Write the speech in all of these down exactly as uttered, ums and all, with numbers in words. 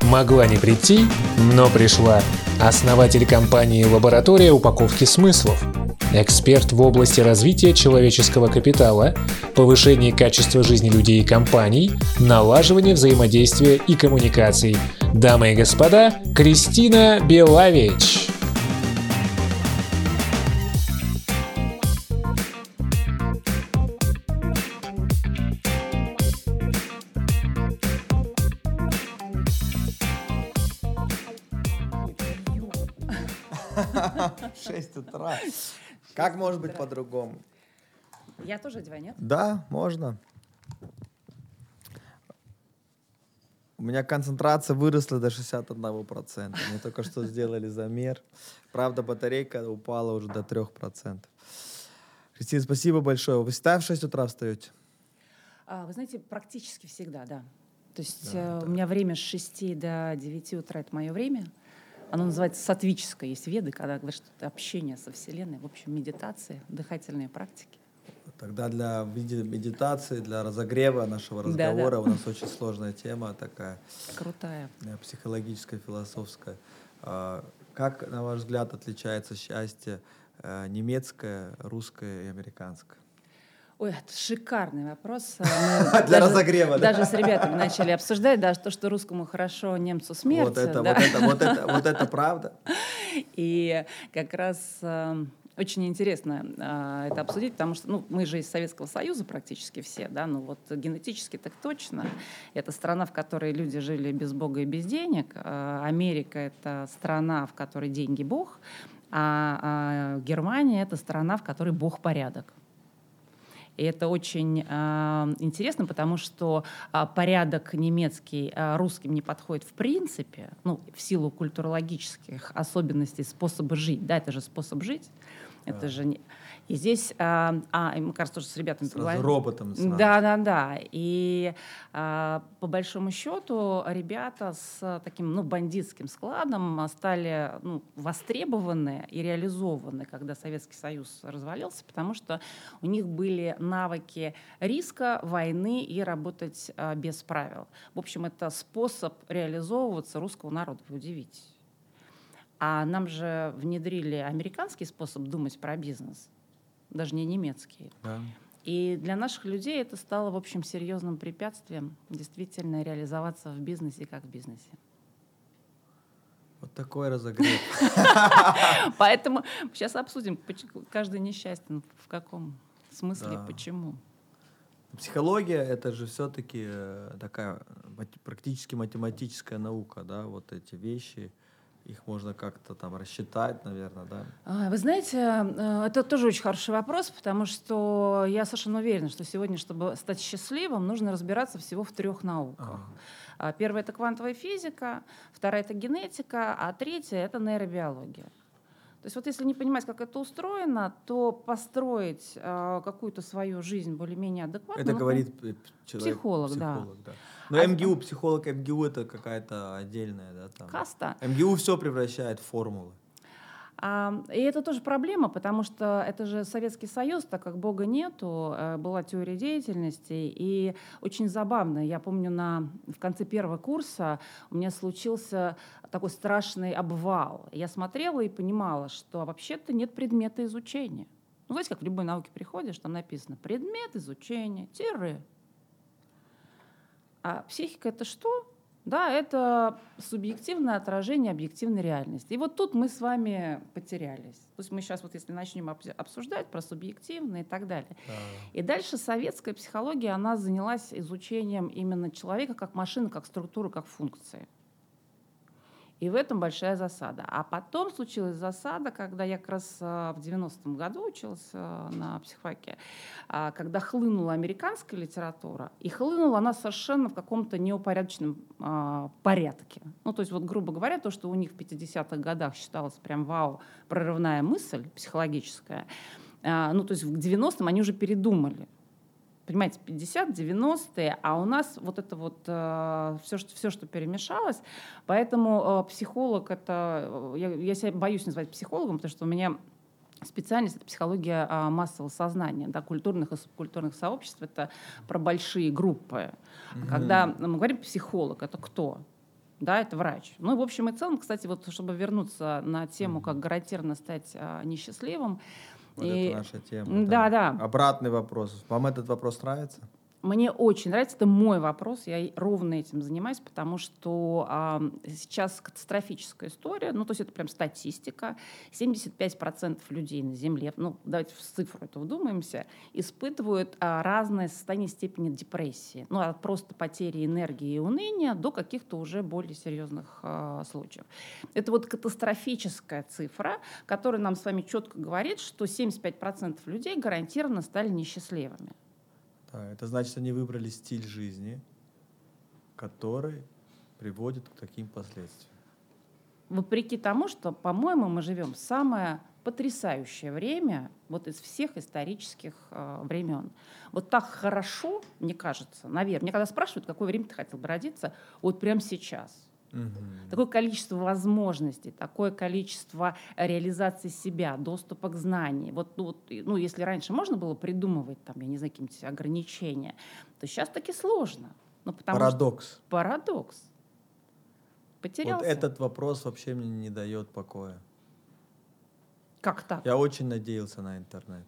Могла не прийти, но пришла. Основатель компании «Лаборатория упаковки смыслов». Эксперт в области развития человеческого капитала, повышения качества жизни людей и компаний, налаживания взаимодействия и коммуникаций. Дамы и господа, Кристина Белавич. В шесть утра. Как может быть по-другому? Я тоже одеваю, нет? Да, можно. У меня концентрация выросла до шестьдесят один процент. Мы только что сделали замер. Правда, батарейка упала уже до три процента. Кристина, спасибо большое. Вы всегда в шесть утра встаете? А, вы знаете, практически всегда, да. То есть Да, э, да. у меня время с шести до девяти утра — это мое время. Оно называется сатвическое. Есть веды, когда говорят, что это общение со Вселенной. В общем, медитация, дыхательные практики. Тогда для виде- медитации, для разогрева нашего Да, разговора да. у нас очень сложная тема такая, Крутая. э, психологическая, философская. А, Как, на ваш взгляд, отличается счастье э, немецкое, русское и американское? Ой, это шикарный вопрос. Мы Для даже- разогрева, да? Даже с ребятами начали обсуждать, даже то, что русскому хорошо, немцу смерть. Вот это, да. вот это, вот это, вот это правда. И как раз э, очень интересно э, это обсудить, потому что ну, мы же из Советского Союза практически все, да, ну вот генетически так точно. Это страна, в которой люди жили без Бога и без денег. Э, Америка — это страна, в которой деньги — Бог, а, а Германия — это страна, в которой Бог — порядок. И это очень э, интересно, потому что э, порядок немецкий э, русским не подходит в принципе, ну, в силу культурологических особенностей способа жить. Да, это же способ жить. Это Да. же не... И здесь, э, а, и мы, кажется, тоже с ребятами Сразу поговорили. роботом сразу. Да, да, да. И э, по большому счету ребята с таким, ну, бандитским складом стали, ну, востребованы и реализованы, когда Советский Союз развалился, потому что у них были навыки риска, войны и работать э, без правил. В общем, это способ реализовываться русского народа. Вы удивитесь. А нам же внедрили американский способ думать про бизнес, даже не немецкий. Да. И для наших людей это стало, в общем, серьезным препятствием действительно реализоваться в бизнесе, как в бизнесе. Вот такой разогрев. Поэтому сейчас обсудим, поч- каждый несчастен, в каком смысле, Да. почему. Психология — это же все-таки такая мат- практически математическая наука, да, вот эти вещи, их можно как-то там рассчитать, наверное, да. А, Вы знаете, э, это тоже очень хороший вопрос, потому что я совершенно уверена, что сегодня, чтобы стать счастливым, нужно разбираться всего в трех науках. Ага. А, Первая — это квантовая физика, вторая — это генетика, а третья — это нейробиология. То есть вот если не понимать, как это устроено, то построить э, какую-то свою жизнь более-менее адекватно. Это ну, говорит э, человек, психолог, да. психолог, да. Но А- МГУ, психолог МГУ — это какая-то отдельная, да, там. Каста. МГУ все превращает в формулы. А, И это тоже проблема, потому что это же Советский Союз, так как Бога нету, э, была теория деятельности, и очень забавно. Я помню, на, в конце первого курса у меня случился такой страшный обвал. Я смотрела и понимала, что вообще-то нет предмета изучения. Ну, знаете, как в любой науке приходишь, там написано «предмет изучения, тире». А психика — это что? Да, это субъективное отражение объективной реальности. И вот тут мы с вами потерялись. То есть мы сейчас, вот если начнем об- обсуждать про субъективное и так далее. Да. И дальше советская психология, она занялась изучением именно человека как машины, как структуры, как функции. И в этом большая засада. А потом случилась засада, когда я как раз а, в девяностом году училась а, на психфаке, а, когда хлынула американская литература, и хлынула она совершенно в каком-то неупорядоченном а, порядке. Ну, то есть, вот, грубо говоря, то, что у них в пятидесятых годах считалось прям вау, прорывная мысль психологическая, а, ну, то есть в девяностом они уже передумали. Понимаете, пятидесятые, девяностые, а у нас вот это вот э, все, что, все, что перемешалось. Поэтому э, психолог — это... э, Я, я себя боюсь называть психологом, потому что у меня специальность — это психология э, массового сознания, да, культурных и субкультурных сообществ. Это про большие группы. Мгм. Когда мы говорим «психолог», это кто? Да, это врач. Ну, в общем и целом, кстати, вот чтобы вернуться на тему, как гарантированно стать а, несчастливым. Вот и... это наша тема. Да, да. да. Обратный вопрос. Вам этот вопрос нравится? Мне очень нравится, это мой вопрос, я ровно этим занимаюсь, потому что а, сейчас катастрофическая история, ну, то есть это прям статистика, семьдесят пять процентов людей на Земле, ну, давайте в цифру это вдумаемся, испытывают а, разное состояние степени депрессии, ну, от просто потери энергии и уныния до каких-то уже более серьезных а, случаев. Это вот катастрофическая цифра, которая нам с вами четко говорит, что семьдесят пять процентов людей гарантированно стали несчастливыми. Это значит, они выбрали стиль жизни, который приводит к таким последствиям. Вопреки тому, что, по-моему, мы живем в самое потрясающее время вот из всех исторических э, времен. Вот так хорошо, мне кажется, наверное. Мне когда спрашивают, какое время ты хотел бы родиться, вот прямо сейчас. Угу. Такое количество возможностей, такое количество реализации себя, доступа к знаниям. Вот, ну, вот, ну, если раньше можно было придумывать, там, я не знаю, какие-нибудь ограничения, то сейчас таки сложно. Ну, потому Парадокс. Что парадокс. Потерялся. Вот этот вопрос вообще мне не дает покоя. Как так? Я очень надеялся на интернет.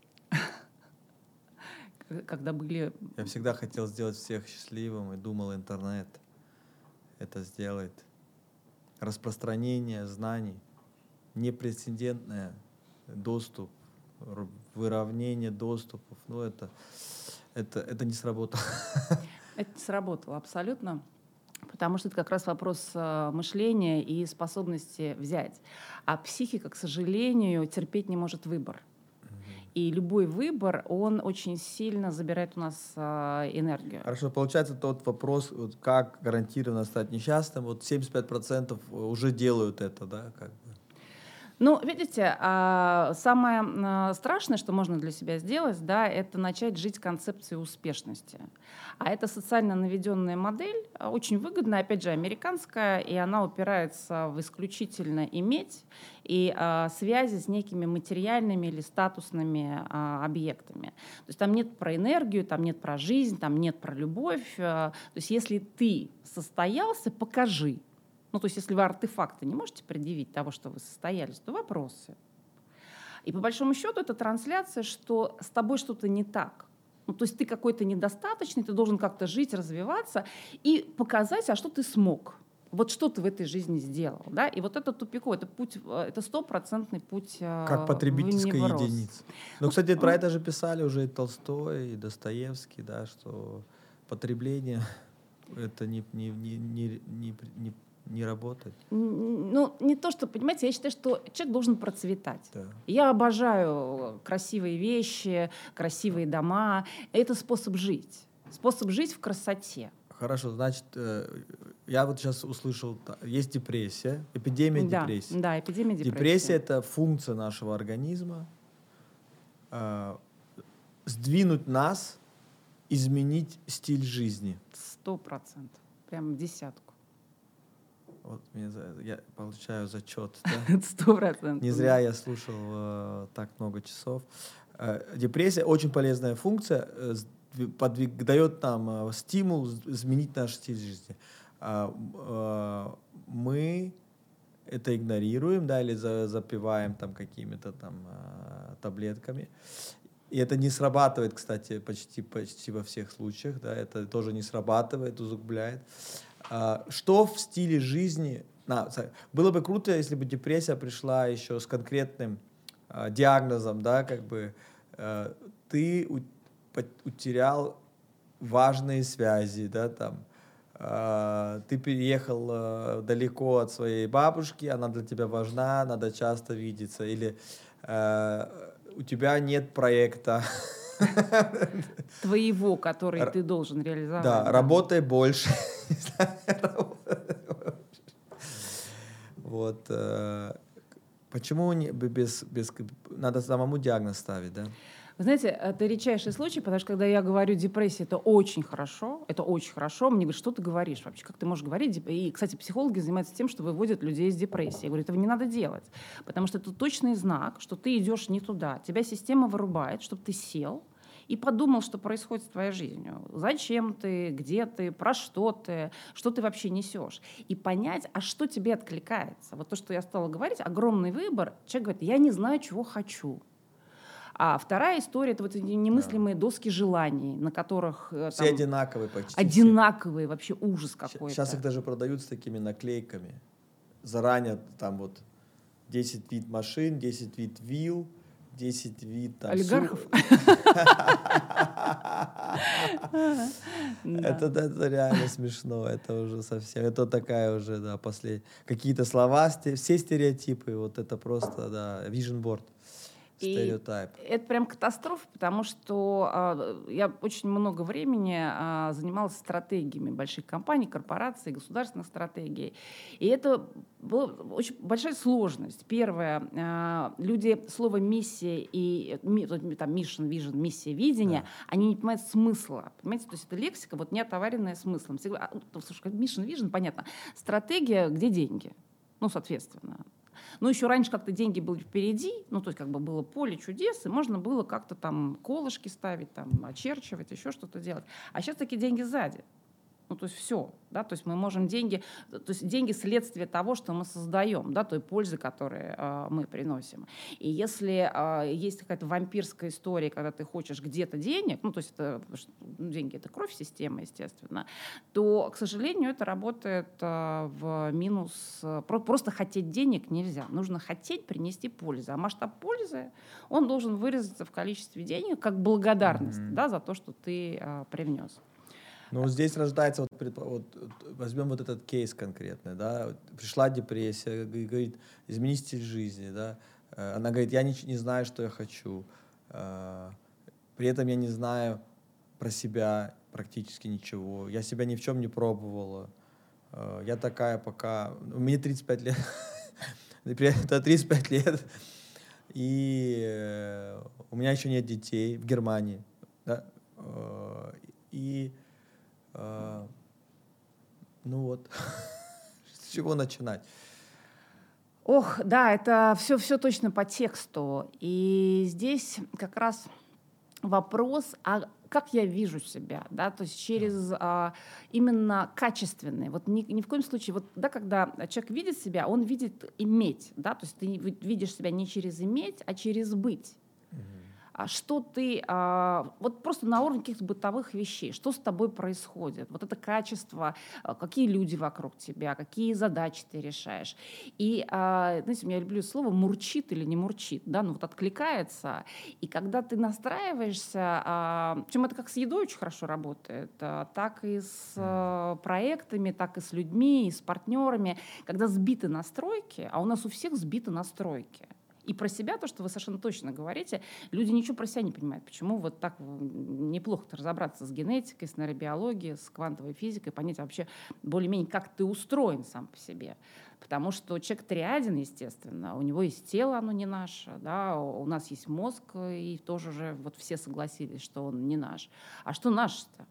Когда были... Я всегда хотел сделать всех счастливым и думал, интернет это сделает. Распространение знаний, непрецедентный доступ, выровнение доступов. Ну, это, это, это не сработало. Это не сработало абсолютно. Потому что это как раз вопрос мышления и способности взять. А психика, к сожалению, терпеть не может выбор. И любой выбор, он очень сильно забирает у нас а, энергию. Хорошо, получается тот вопрос, вот как гарантированно стать несчастным, вот семьдесят пять процентов уже делают это, да? Как бы. Ну, видите, а, самое а, страшное, что можно для себя сделать, да, это начать жить концепцией успешности. А это социально наведенная модель, очень выгодная, опять же, американская, и она упирается в исключительно иметь и а, связи с некими материальными или статусными а, объектами. То есть там нет про энергию, там нет про жизнь, там нет про любовь. А, то есть если ты состоялся, покажи. Ну, то есть если вы артефакты не можете предъявить того, что вы состоялись, то вопросы. И по большому счету это трансляция, что с тобой что-то не так. Ну, то есть ты какой-то недостаточный, ты должен как-то жить, развиваться и показать, а что ты смог. Вот что ты в этой жизни сделал. Да? И вот это тупиковый, это путь, это стопроцентный путь как потребительской единицы. Ну, ну, кстати, про это же писали уже и Толстой, и Достоевский, да, что потребление это не, не, не, не, не, не не работать? Ну, не то, что, понимаете, я считаю, что человек должен процветать. Да. Я обожаю красивые вещи, красивые дома. Это способ жить. Способ жить в красоте. Хорошо, значит, я вот сейчас услышал, есть депрессия, эпидемия да, депрессии. Да, эпидемия депрессии. Депрессия — это функция нашего организма, э, сдвинуть нас, изменить стиль жизни. Сто процентов. Прям в десятку. Вот мне, я получаю зачет. Сто процентов. Не зря я слушал э, так много часов. Э, депрессия — очень полезная функция, э, подвиг, дает нам э, стимул изменить наш стиль жизни. Э, э, мы это игнорируем, да, или за, запиваем там какими-то там э, таблетками. И это не срабатывает, кстати, почти, почти во всех случаях. Да, это тоже не срабатывает, усугубляет. Что в стиле жизни... Было бы круто, если бы депрессия пришла еще с конкретным э, диагнозом, да, как бы э, ты у, утерял важные связи, да, там, э, ты переехал э, далеко от своей бабушки, она для тебя важна, надо часто видеться, или э, у тебя нет проекта. Твоего, который Р- ты должен реализовать. Да, да. Работай больше. Вот. Э, почему не, без, без... Надо самому диагноз ставить, да? Вы знаете, это редчайший случай, потому что когда я говорю депрессия, это очень хорошо, это очень хорошо. Мне говорят, что ты говоришь вообще, как ты можешь говорить? И, кстати, психологи занимаются тем, что выводят людей из депрессии. Я говорю, этого не надо делать, потому что это точный знак, что ты идешь не туда. Тебя система вырубает, чтобы ты сел и подумал, что происходит с твоей жизнью. Зачем ты, где ты, про что ты, что ты вообще несешь. И понять, а что тебе откликается. Вот то, что я стала говорить, огромный выбор. Человек говорит, я не знаю, чего хочу. А вторая история — это вот эти немыслимые да. доски желаний, на которых... Все там, одинаковые почти. Одинаковые, все. Вообще ужас какой-то. Сейчас их даже продают с такими наклейками. Заранее там вот десять вид машин, десять вид вилл, десять вид... Там, олигархов? Это реально смешно, это уже совсем... Это такая уже, да, последняя... Какие-то слова, все стереотипы, вот это просто, да, vision board. И это прям катастрофа, потому что а, я очень много времени а, занималась стратегиями больших компаний, корпораций, государственных стратегий. И это была очень большая сложность. Первое, а, люди слово «миссия» и там mission, vision, миссия, видение, да. они не понимают смысла. Понимаете, то есть это лексика, вот не отоваренная смыслом. Слушай, mission, vision, понятно. Стратегия, где деньги? Ну, соответственно. Ну, еще раньше как-то деньги были впереди, ну, то есть как бы было поле чудес, и можно было как-то там колышки ставить, там, очерчивать, еще что-то делать. А сейчас такие деньги сзади. Ну, то есть все, да, то есть мы можем деньги, то есть деньги следствие того, что мы создаем, да, той пользы, которую э, мы приносим. И если э, есть какая-то вампирская история, когда ты хочешь где-то денег, ну, то есть это, деньги — это кровь системы, естественно, то, к сожалению, это работает э, в минус. Про, просто хотеть денег нельзя. Нужно хотеть принести пользу. А масштаб пользы, он должен выразиться в количестве денег как благодарность, mm-hmm. да, за то, что ты э, привнес. Ну, вот здесь рождается, вот, вот, возьмем вот этот кейс конкретный, да, пришла депрессия, говорит, измени стиль жизни, да, она говорит, я не, не знаю, что я хочу, при этом я не знаю про себя практически ничего, я себя ни в чем не пробовала, я такая пока, мне тридцать пять лет, это тридцать пять лет, и у меня еще нет детей в Германии, да, и Uh, ну вот, с чего начинать? Ох, да, это все, все точно по тексту. И здесь как раз вопрос, а как я вижу себя, да, то есть через а, именно качественные. Вот ни, ни в коем случае, вот, да, когда человек видит себя, он видит иметь, да, то есть ты видишь себя не через иметь, а через быть. А что ты, а, вот просто на уровне каких-то бытовых вещей, что с тобой происходит, вот это качество, а, какие люди вокруг тебя, какие задачи ты решаешь. И, а, знаете, я люблю слово «мурчит» или «не мурчит», да, ну вот откликается. И когда ты настраиваешься, а, причем это как с едой очень хорошо работает, а, так и с а, проектами, так и с людьми, и с партнерами, когда сбиты настройки, а у нас у всех сбиты настройки. И про себя, то, что вы совершенно точно говорите, люди ничего про себя не понимают. Почему вот так неплохо-то разобраться с генетикой, с нейробиологией, с квантовой физикой, понять вообще более-менее, как ты устроен сам по себе. Потому что человек триаден, естественно, у него есть тело, оно не наше, да, у нас есть мозг, и тоже же вот все согласились, что он не наш. А что наш-то?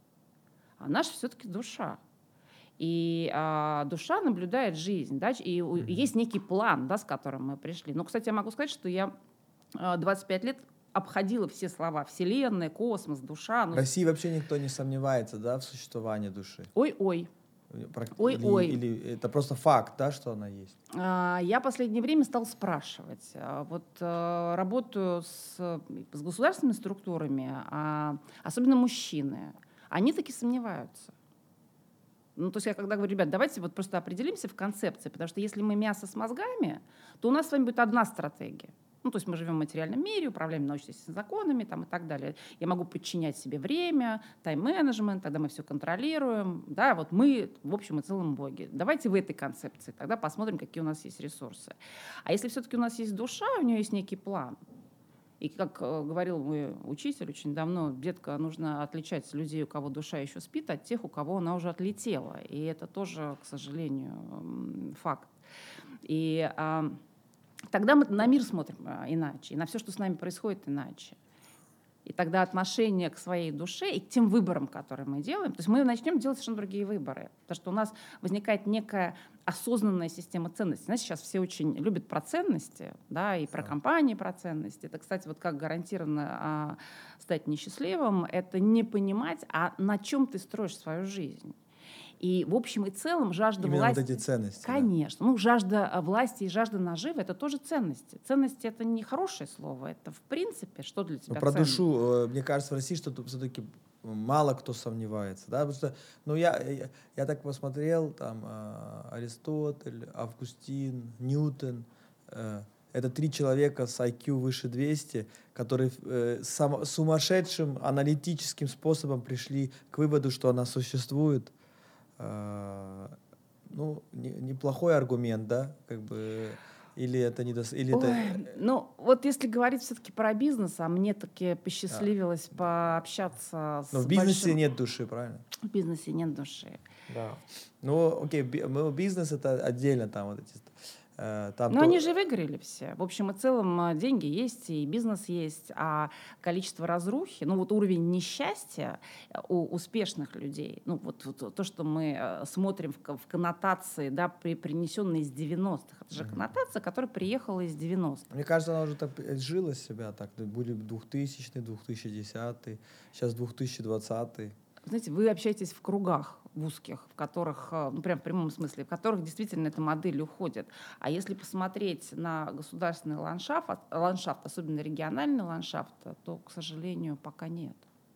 А наш все-таки душа. И а, душа наблюдает жизнь, да, и mm-hmm. есть некий план, да, с которым мы пришли. Но, кстати, я могу сказать, что я а, двадцать пять лет обходила все слова: вселенная, космос, душа. В России вообще никто не сомневается, да, в существовании души? Ой-ой. Ой-ой. Или, или это просто факт, да, что она есть? А, я в последнее время стала спрашивать. А, вот а, работаю с, с государственными структурами, а, особенно мужчины, они таки сомневаются. Ну, то есть я когда говорю, ребят, давайте вот просто определимся в концепции, потому что если мы мясо с мозгами, то у нас с вами будет одна стратегия. Ну, то есть мы живем в материальном мире, управляем научными законами там, и так далее. Я могу подчинять себе время, тайм-менеджмент, тогда мы все контролируем. Да, вот мы в общем и целом боги. Давайте в этой концепции, тогда посмотрим, какие у нас есть ресурсы. А если все-таки у нас есть душа, у нее есть некий план. И, как э, говорил мой учитель очень давно, детка, нужно отличать людей, у кого душа еще спит, от тех, у кого она уже отлетела. И это тоже, к сожалению, факт. И э, тогда мы на мир смотрим иначе, и на все, что с нами происходит, иначе. И тогда отношение к своей душе и к тем выборам, которые мы делаем, то есть мы начнем делать совершенно другие выборы. Потому что у нас возникает некая осознанная система ценностей. Знаете, сейчас все очень любят про ценности, да, и про компании про ценности. Это, кстати, вот как гарантированно а, стать несчастливым, это не понимать, а на чем ты строишь свою жизнь. И в общем и целом жажда Именно власти... вот эти ценности. Конечно. Да. Ну, жажда власти и жажда наживы — это тоже ценности. Ценности — это не хорошее слово, это в принципе, что для тебя Но про ценно? душу, мне кажется, в России что-то все-таки мало кто сомневается. Да? Потому что, ну, я, я, я так посмотрел, там, Аристотель, Августин, Ньютон, э, это три человека с ай кью выше двухсот, которые э, сам, сумасшедшим аналитическим способом пришли к выводу, что она существует. Ну, не, неплохой аргумент, да, как бы, или это не дос... или Ой, это... ну, вот если говорить все-таки про бизнес, а мне таки посчастливилось а. пообщаться с Но в бизнесе большим... нет души, правильно? В бизнесе нет души. Да. Ну, окей, бизнес — это отдельно там вот эти... Там Но то... они же выгорели все. В общем и целом деньги есть, и бизнес есть, а количество разрухи, ну вот уровень несчастья у успешных людей, ну вот, вот то, что мы смотрим в, в коннотации, да, при, принесенной из девяностых, это же mm-hmm. коннотация, которая приехала из девяностых. Мне кажется, она уже так жила себя, так, были двухтысячные, двухтысячные, сейчас две тысячи двадцатый. Знаете, вы общаетесь в кругах в узких, в которых, ну прям в прямом смысле, в которых действительно эта модель уходит. А если посмотреть на государственный ландшафт, ландшафт, особенно региональный ландшафт, то, к сожалению, пока нет.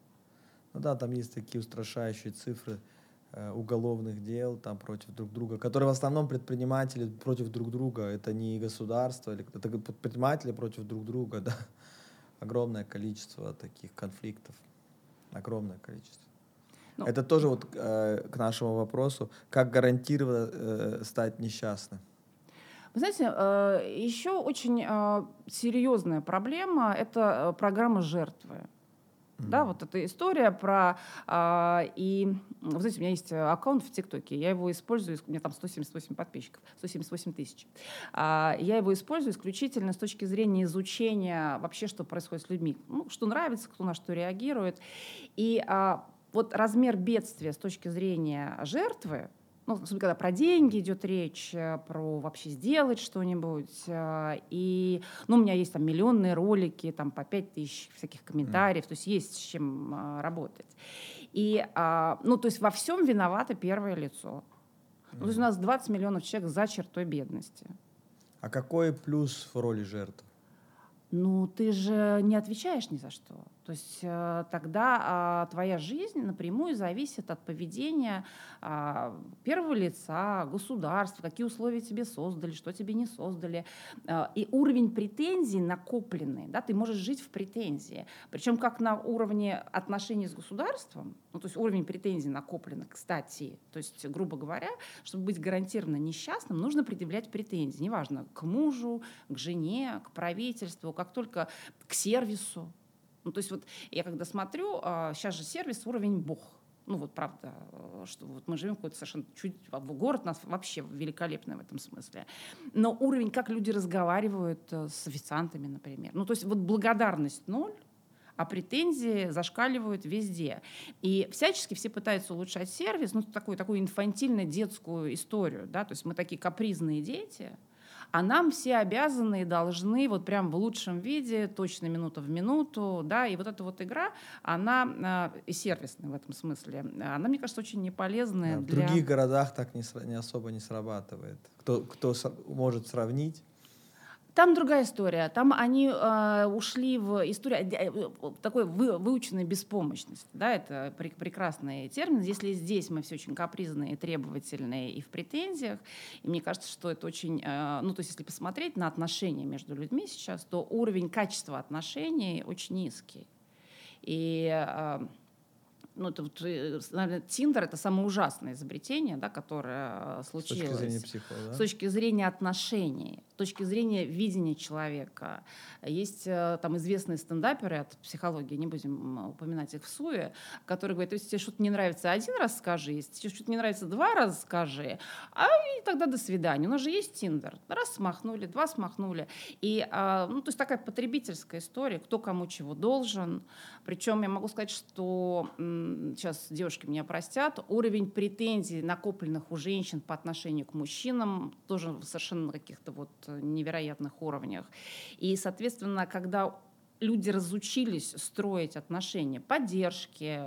Ну да, там есть такие устрашающие цифры э, уголовных дел там против друг друга, которые в основном предприниматели против друг друга. Это не государство, это предприниматели против друг друга. Да? Огромное количество таких конфликтов. Огромное количество. Ну, это тоже вот э, к нашему вопросу, как гарантированно э, стать несчастным. Вы знаете, э, еще очень э, серьезная проблема — это программа жертвы. Mm-hmm. Да, вот эта история про... Э, и, вы знаете, у меня есть аккаунт в ТикТоке, я его использую, у меня там сто семьдесят восемь подписчиков, сто семьдесят восемь тысяч. Э, я его использую исключительно с точки зрения изучения вообще, что происходит с людьми. Ну, что нравится, кто на что реагирует. И... Э, Вот размер бедствия с точки зрения жертвы, ну, особенно когда про деньги идет речь, про вообще сделать что-нибудь, и, ну, у меня есть там миллионные ролики, там по пять тысяч всяких комментариев, mm. то есть есть с чем а, работать. И, а, ну, то есть во всем виновато первое лицо. Mm. Ну, то есть у нас двадцать миллионов человек за чертой бедности. А какой плюс в роли жертвы? Ну, ты же не отвечаешь ни за что. То есть э, тогда э, твоя жизнь напрямую зависит от поведения э, первого лица, государства, какие условия тебе создали, что тебе не создали. Э, и уровень претензий накопленный, да, ты можешь жить в претензии. Причем как на уровне отношений с государством, ну, то есть уровень претензий накопленный, кстати. То есть, грубо говоря, чтобы быть гарантированно несчастным, нужно предъявлять претензии. Неважно, к мужу, к жене, к правительству, как только к сервису. Ну, то есть вот я когда смотрю, а, сейчас же сервис уровень бог. Ну вот правда, что вот мы живем в какой-то совершенно чуть... Город у нас вообще великолепный в этом смысле. Но уровень, как люди разговаривают с официантами, например. Ну то есть вот благодарность ноль, а претензии зашкаливают везде. И всячески все пытаются улучшать сервис, ну такую, такую инфантильно-детскую историю. Да? То есть мы такие капризные дети, а нам все обязаны и должны вот прям в лучшем виде, точно минута в минуту, да, и вот эта вот игра, она, и сервисная в этом смысле, она, мне кажется, очень неполезная. Да, для... В других городах так не, не особо не срабатывает. Кто, кто может сравнить? Там другая история. Там они э, ушли в историю э, такой вы, выученной беспомощности. Да, это пр- прекрасный термин. Если здесь мы все очень капризные, требовательные и в претензиях, и мне кажется, что это очень... Э, ну, то есть если посмотреть на отношения между людьми сейчас, то уровень качества отношений очень низкий. И... Э, ну, это, наверное, Тиндер — это самое ужасное изобретение, да, которое случилось. С точки зрения психолога, да? С точки зрения отношений. точки зрения видения человека. Есть там известные стендаперы от психологии, не будем упоминать их в суе, которые говорят, если тебе что-то не нравится, один раз скажи, если тебе что-то не нравится, два раза скажи, а и тогда до свидания. У нас же есть Тиндер. Раз смахнули, два смахнули. И, ну, то есть такая потребительская история, кто кому чего должен. Причем я могу сказать, что сейчас девушки меня простят, уровень претензий, накопленных у женщин по отношению к мужчинам, тоже совершенно на каких-то вот невероятных уровнях. И, соответственно, когда люди разучились строить отношения поддержки,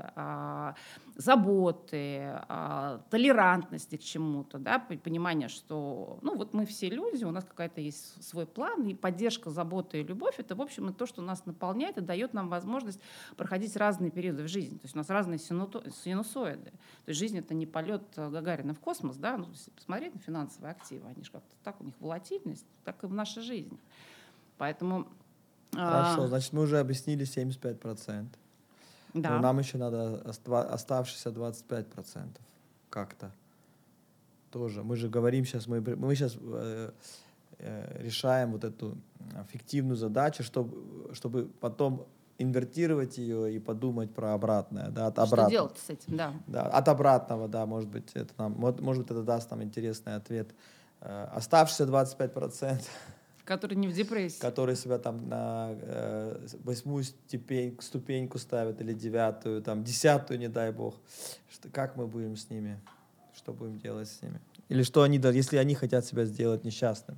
заботы, толерантности к чему-то, да, понимание, что ну, вот мы все люди, у нас какая-то есть свой план, и поддержка, забота и любовь — это, в общем, то, что нас наполняет и дает нам возможность проходить разные периоды в жизни. То есть у нас разные синусоиды. То есть жизнь — это не полет Гагарина в космос, да, ну, если посмотреть на финансовые активы, они же как-то так, у них волатильность, так и в нашей жизни. Поэтому... Хорошо, значит, мы уже объяснили семьдесят пять процентов. Да. Но нам еще надо оставшиеся двадцать пять процентов как-то тоже. Мы же говорим сейчас, мы, мы сейчас э, э, решаем вот эту фиктивную задачу, чтобы, чтобы потом инвертировать ее и подумать про обратное. Да, от что делать с этим, да. Да, от обратного, да, может быть, это нам, может, может быть, это даст нам интересный ответ. Э, оставшиеся двадцать пять процентов которые не в депрессии. Которые себя там на э, восьмую ступень, ступеньку ставят или девятую, там, десятую, не дай бог. Что, как мы будем с ними? Что будем делать с ними? Или что они, если они хотят себя сделать несчастным?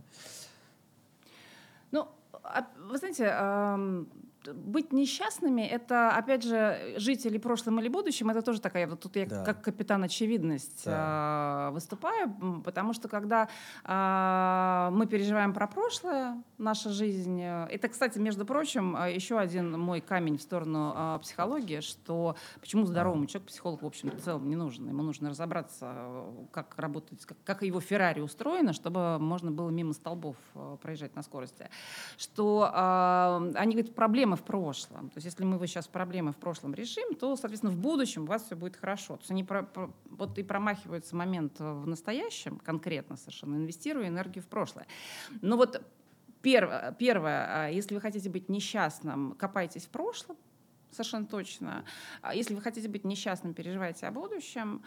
Ну, вы знаете, э, быть несчастными — это, опять же, жить или прошлым, или будущим. Это тоже такая, вот тут я да. как капитан очевидность да. э, выступаю, потому что когда э, мы переживаем про прошлое, наша жизнь, это, кстати, между прочим, еще один мой камень в сторону э, психологии, что почему здоровому человеку психолог, в общем, в целом не нужен. Ему нужно разобраться, как работать, как, как его Феррари устроено, чтобы можно было мимо столбов э, проезжать на скорости. Что э, они говорят, проблемы в прошлом. То есть если мы сейчас проблемы в прошлом решим, то, соответственно, в будущем у вас все будет хорошо. То есть они про, про, вот и промахиваются момент в настоящем, конкретно совершенно, инвестируя энергию в прошлое. Но вот первое, первое, если вы хотите быть несчастным, копайтесь в прошлом, совершенно точно. Если вы хотите быть несчастным, переживайте о будущем.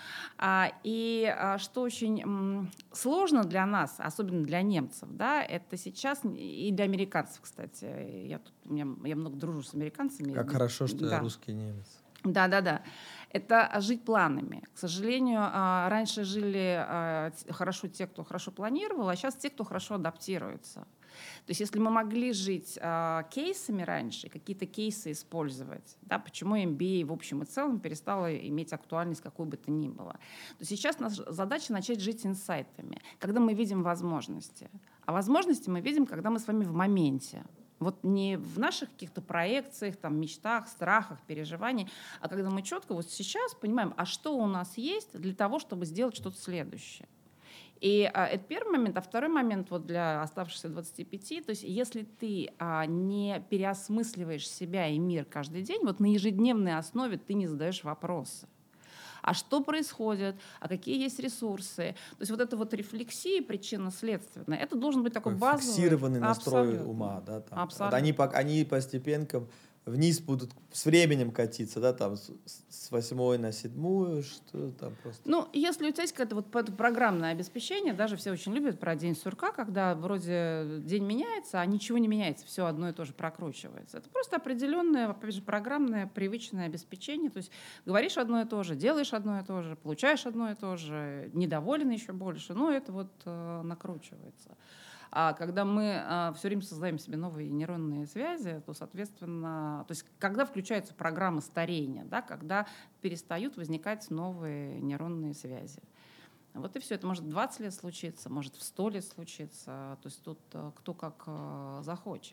И что очень сложно для нас, особенно для немцев, да, это сейчас, и для американцев, кстати, я, тут, у меня, я много дружу с американцами. Как хорошо, что да. я русский немец. Да, да, да. Это жить планами. К сожалению, раньше жили хорошо те, кто хорошо планировал, а сейчас те, кто хорошо адаптируется. То есть если мы могли жить э, кейсами раньше, какие-то кейсы использовать, да, почему эм би эй в общем и целом перестала иметь актуальность какой бы то ни было, то сейчас наша задача начать жить инсайтами, когда мы видим возможности. А возможности мы видим, когда мы с вами в моменте. Вот не в наших каких-то проекциях, там, мечтах, страхах, переживаниях, а когда мы четко вот сейчас понимаем, а что у нас есть для того, чтобы сделать что-то следующее. И а, это первый момент. А второй момент вот для оставшихся двадцати пяти, то есть если ты а, не переосмысливаешь себя и мир каждый день, вот на ежедневной основе ты не задаешь вопросы. А что происходит, а какие есть ресурсы. То есть вот эта вот рефлексия причинно-следственная, это должен быть такой базовый... Фиксированный настрой абсолютно. Ума. Да, там. Абсолютно. Они, они постепенно вниз будут с временем катиться, да, там с, с восьмой на седьмую, что там просто. Ну, если у тебя есть какое-то вот программное обеспечение, даже все очень любят про день сурка, когда вроде день меняется, а ничего не меняется, все одно и то же прокручивается. Это просто определенное, опять же, программное, привычное обеспечение. То есть говоришь одно и то же, делаешь одно и то же, получаешь одно и то же, недоволен еще больше, но это вот э, накручивается. А когда мы а, все время создаем себе новые нейронные связи, то, соответственно, то есть когда включаются программы старения, да, когда перестают возникать новые нейронные связи. Вот и все. Это может в двадцать лет случиться, может в сто лет случиться. То есть тут кто как а, захочет.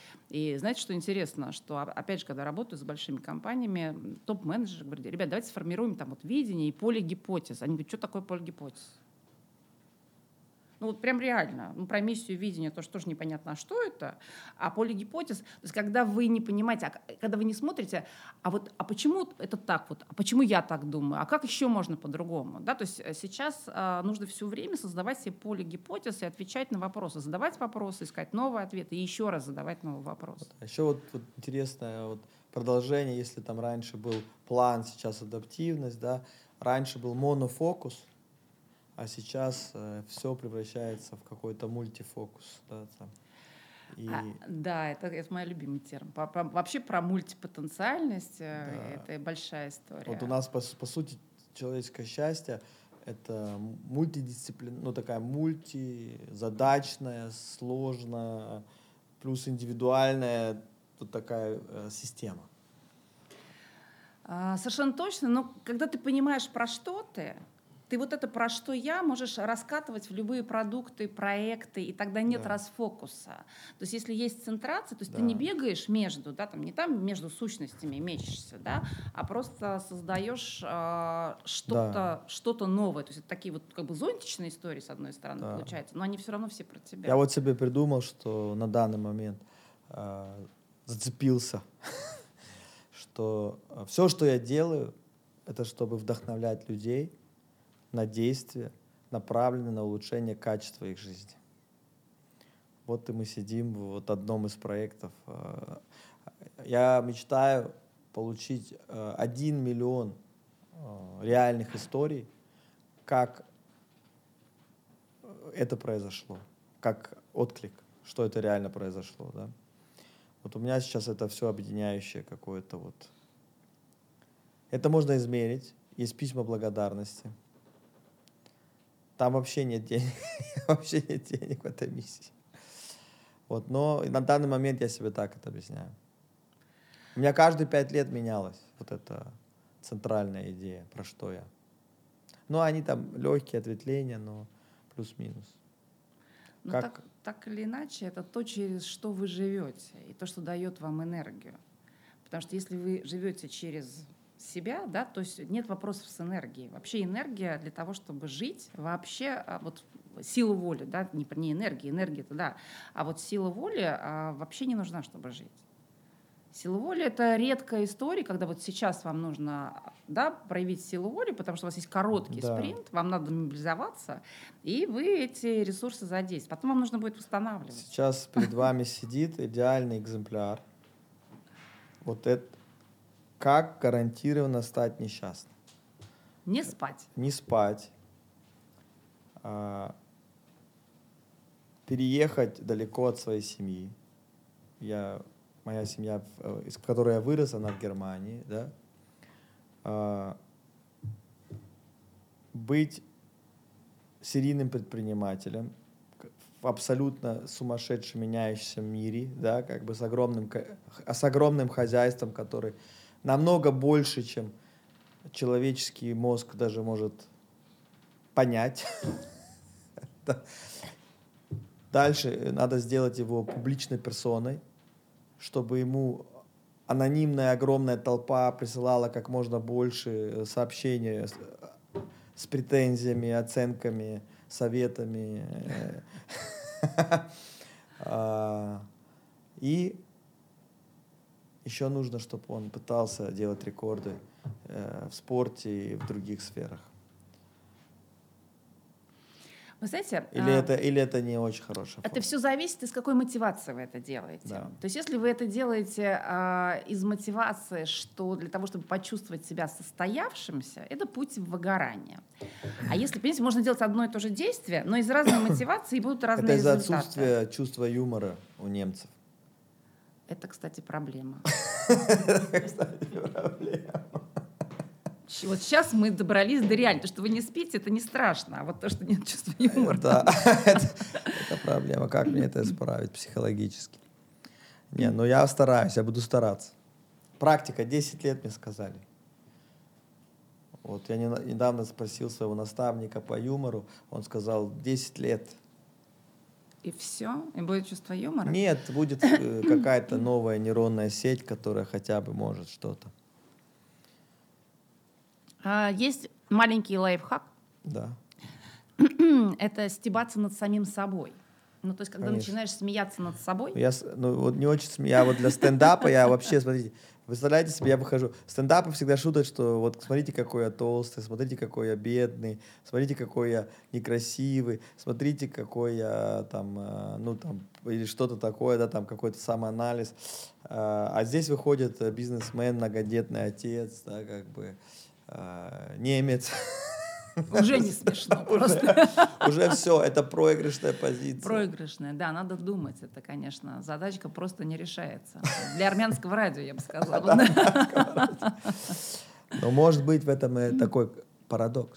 И знаете, что интересно, что, опять же, когда работаю с большими компаниями, топ-менеджеры говорят, ребят, давайте сформируем там вот видение и поле гипотез. Они говорят, что такое поле гипотез? Ну вот прям реально. Ну, про миссию, видение, то, что тоже непонятно, а что это. А поле гипотез, то есть когда вы не понимаете, а когда вы не смотрите, а вот а почему это так вот, а почему я так думаю, а как еще можно по-другому, да, то есть сейчас а, нужно все время создавать себе поле гипотез и отвечать на вопросы, задавать вопросы, искать новые ответы и еще раз задавать новый вопрос. Вот. А еще вот, вот интересное вот продолжение, если там раньше был план, сейчас адаптивность, да, раньше был монофокус, а сейчас э, все превращается в какой-то мультифокус, да, там. И... А, да, это, это мой любимый термин. По, по, вообще про мультипотенциальность Да. это большая история. Вот у нас, по, по сути, человеческое счастье — это мультидисциплин, ну, такая мультизадачная, сложная, плюс индивидуальная тут такая э, система. А, совершенно точно. Но когда ты понимаешь, про что ты, ты вот это «про что я» можешь раскатывать в любые продукты, проекты, и тогда нет Да. расфокуса. То есть если есть центрация, то есть Да. ты не бегаешь между, да, там, не там между сущностями мечешься, да, а просто создаешь э, что-то, Да. что-то новое. То есть это такие вот как бы зонтичные истории, с одной стороны, Да. получается, но они все равно все про тебя. Я вот себе придумал, что на данный момент э, зацепился, что все, что я делаю, это чтобы вдохновлять людей на действия, направленные на улучшение качества их жизни. Вот и мы сидим в вот одном из проектов. Я мечтаю получить один миллион реальных историй, как это произошло, как отклик, что это реально произошло, да. Вот у меня сейчас это все объединяющее какое-то вот. Это можно измерить. Есть письма благодарности. Там вообще нет денег, вообще нет денег в этой миссии. Вот, но на данный момент я себе так это объясняю. У меня каждые пять лет менялась вот эта центральная идея, про что я. Ну, они там легкие ответвления, но плюс-минус. Но Как... так, так или иначе, это то, через что вы живете, и то, что дает вам энергию. Потому что если вы живете через себя, да, то есть нет вопросов с энергией. Вообще энергия для того, чтобы жить, вообще вот сила воли, да, не, не энергия, энергия-то да, а вот сила воли а, вообще не нужна, чтобы жить. Сила воли — это редкая история, когда вот сейчас вам нужно, да, проявить силу воли, потому что у вас есть короткий Да. спринт, вам надо мобилизоваться, и вы эти ресурсы задействуете. Потом вам нужно будет восстанавливать. Сейчас перед вами сидит идеальный экземпляр. Вот это как гарантированно стать несчастным. Не спать. Не спать. А, переехать далеко от своей семьи. Я, моя семья, из которой я вырос, она в Германии. Да? А, быть серийным предпринимателем в абсолютно сумасшедшем меняющемся мире, да, как бы с огромным, с огромным хозяйством, который намного больше, чем человеческий мозг даже может понять. Дальше надо сделать его публичной персоной, чтобы ему анонимная огромная толпа присылала как можно больше сообщений с, с претензиями, оценками, советами. И еще нужно, чтобы он пытался делать рекорды э, в спорте и в других сферах. Вы знаете, Или, а, это, или это не очень хорошая это форма? все зависит, из какой мотивации вы это делаете. Да. То есть если вы это делаете а, из мотивации, что для того, чтобы почувствовать себя состоявшимся, это путь в выгорание. А если, понимаете, можно делать одно и то же действие, но из разной мотивации будут разные Это из-за результаты. отсутствия чувства юмора у немцев. Это, кстати, проблема. Кстати, проблема. Вот сейчас мы добрались до реальности. То, что вы не спите, это не страшно. А вот то, что нет чувства юмора. Да, это, это проблема. Как мне это исправить психологически? Не, ну я стараюсь, я буду стараться. Практика, десять лет мне сказали. Вот я не- недавно спросил своего наставника по юмору, он сказал, десять лет. И все? И будет чувство юмора? Нет, будет э, какая-то новая нейронная сеть, которая хотя бы может что-то. А, есть маленький лайфхак. Да. это стебаться над самим собой. Ну, то есть, когда Конечно. начинаешь смеяться над собой... Я, ну, вот не очень смею. Я вот для стендапа, я вообще, смотрите, представляете себе, я выхожу. Стендапы всегда шутят, что вот смотрите, какой я толстый, смотрите, какой я бедный, смотрите, какой я некрасивый, смотрите, какой я там, ну, там, или что-то такое, да, там, какой-то самоанализ. А здесь выходит бизнесмен, многодетный отец, да, как бы немец. Уже не смешно просто. Уже все, это проигрышная позиция. Проигрышная, да, надо думать. Это, конечно, задачка просто не решается. Для армянского радио, я бы сказала. Но может быть в этом такой парадокс.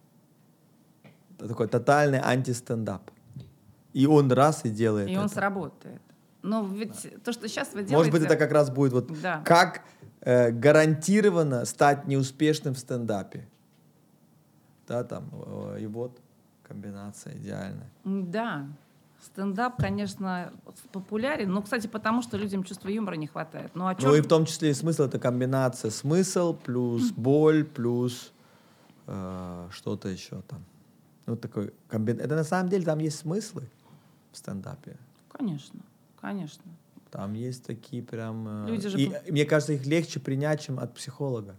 Такой тотальный антистендап. И он раз и делает это. И он сработает. Но ведь то, что сейчас вы делаете... Может быть, это как раз будет вот как гарантированно стать неуспешным в стендапе. Да, там, и вот комбинация идеальная. Да, стендап, конечно, популярен, но, кстати, потому что людям чувства юмора не хватает. Ну, а ну и в том числе и смысл, это комбинация смысл плюс боль плюс э, что-то еще там. Ну, такой комбин... Это на самом деле там есть смыслы в стендапе. Конечно, конечно. Там есть такие прям... Э, Люди же... И мне кажется, их легче принять, чем от психолога.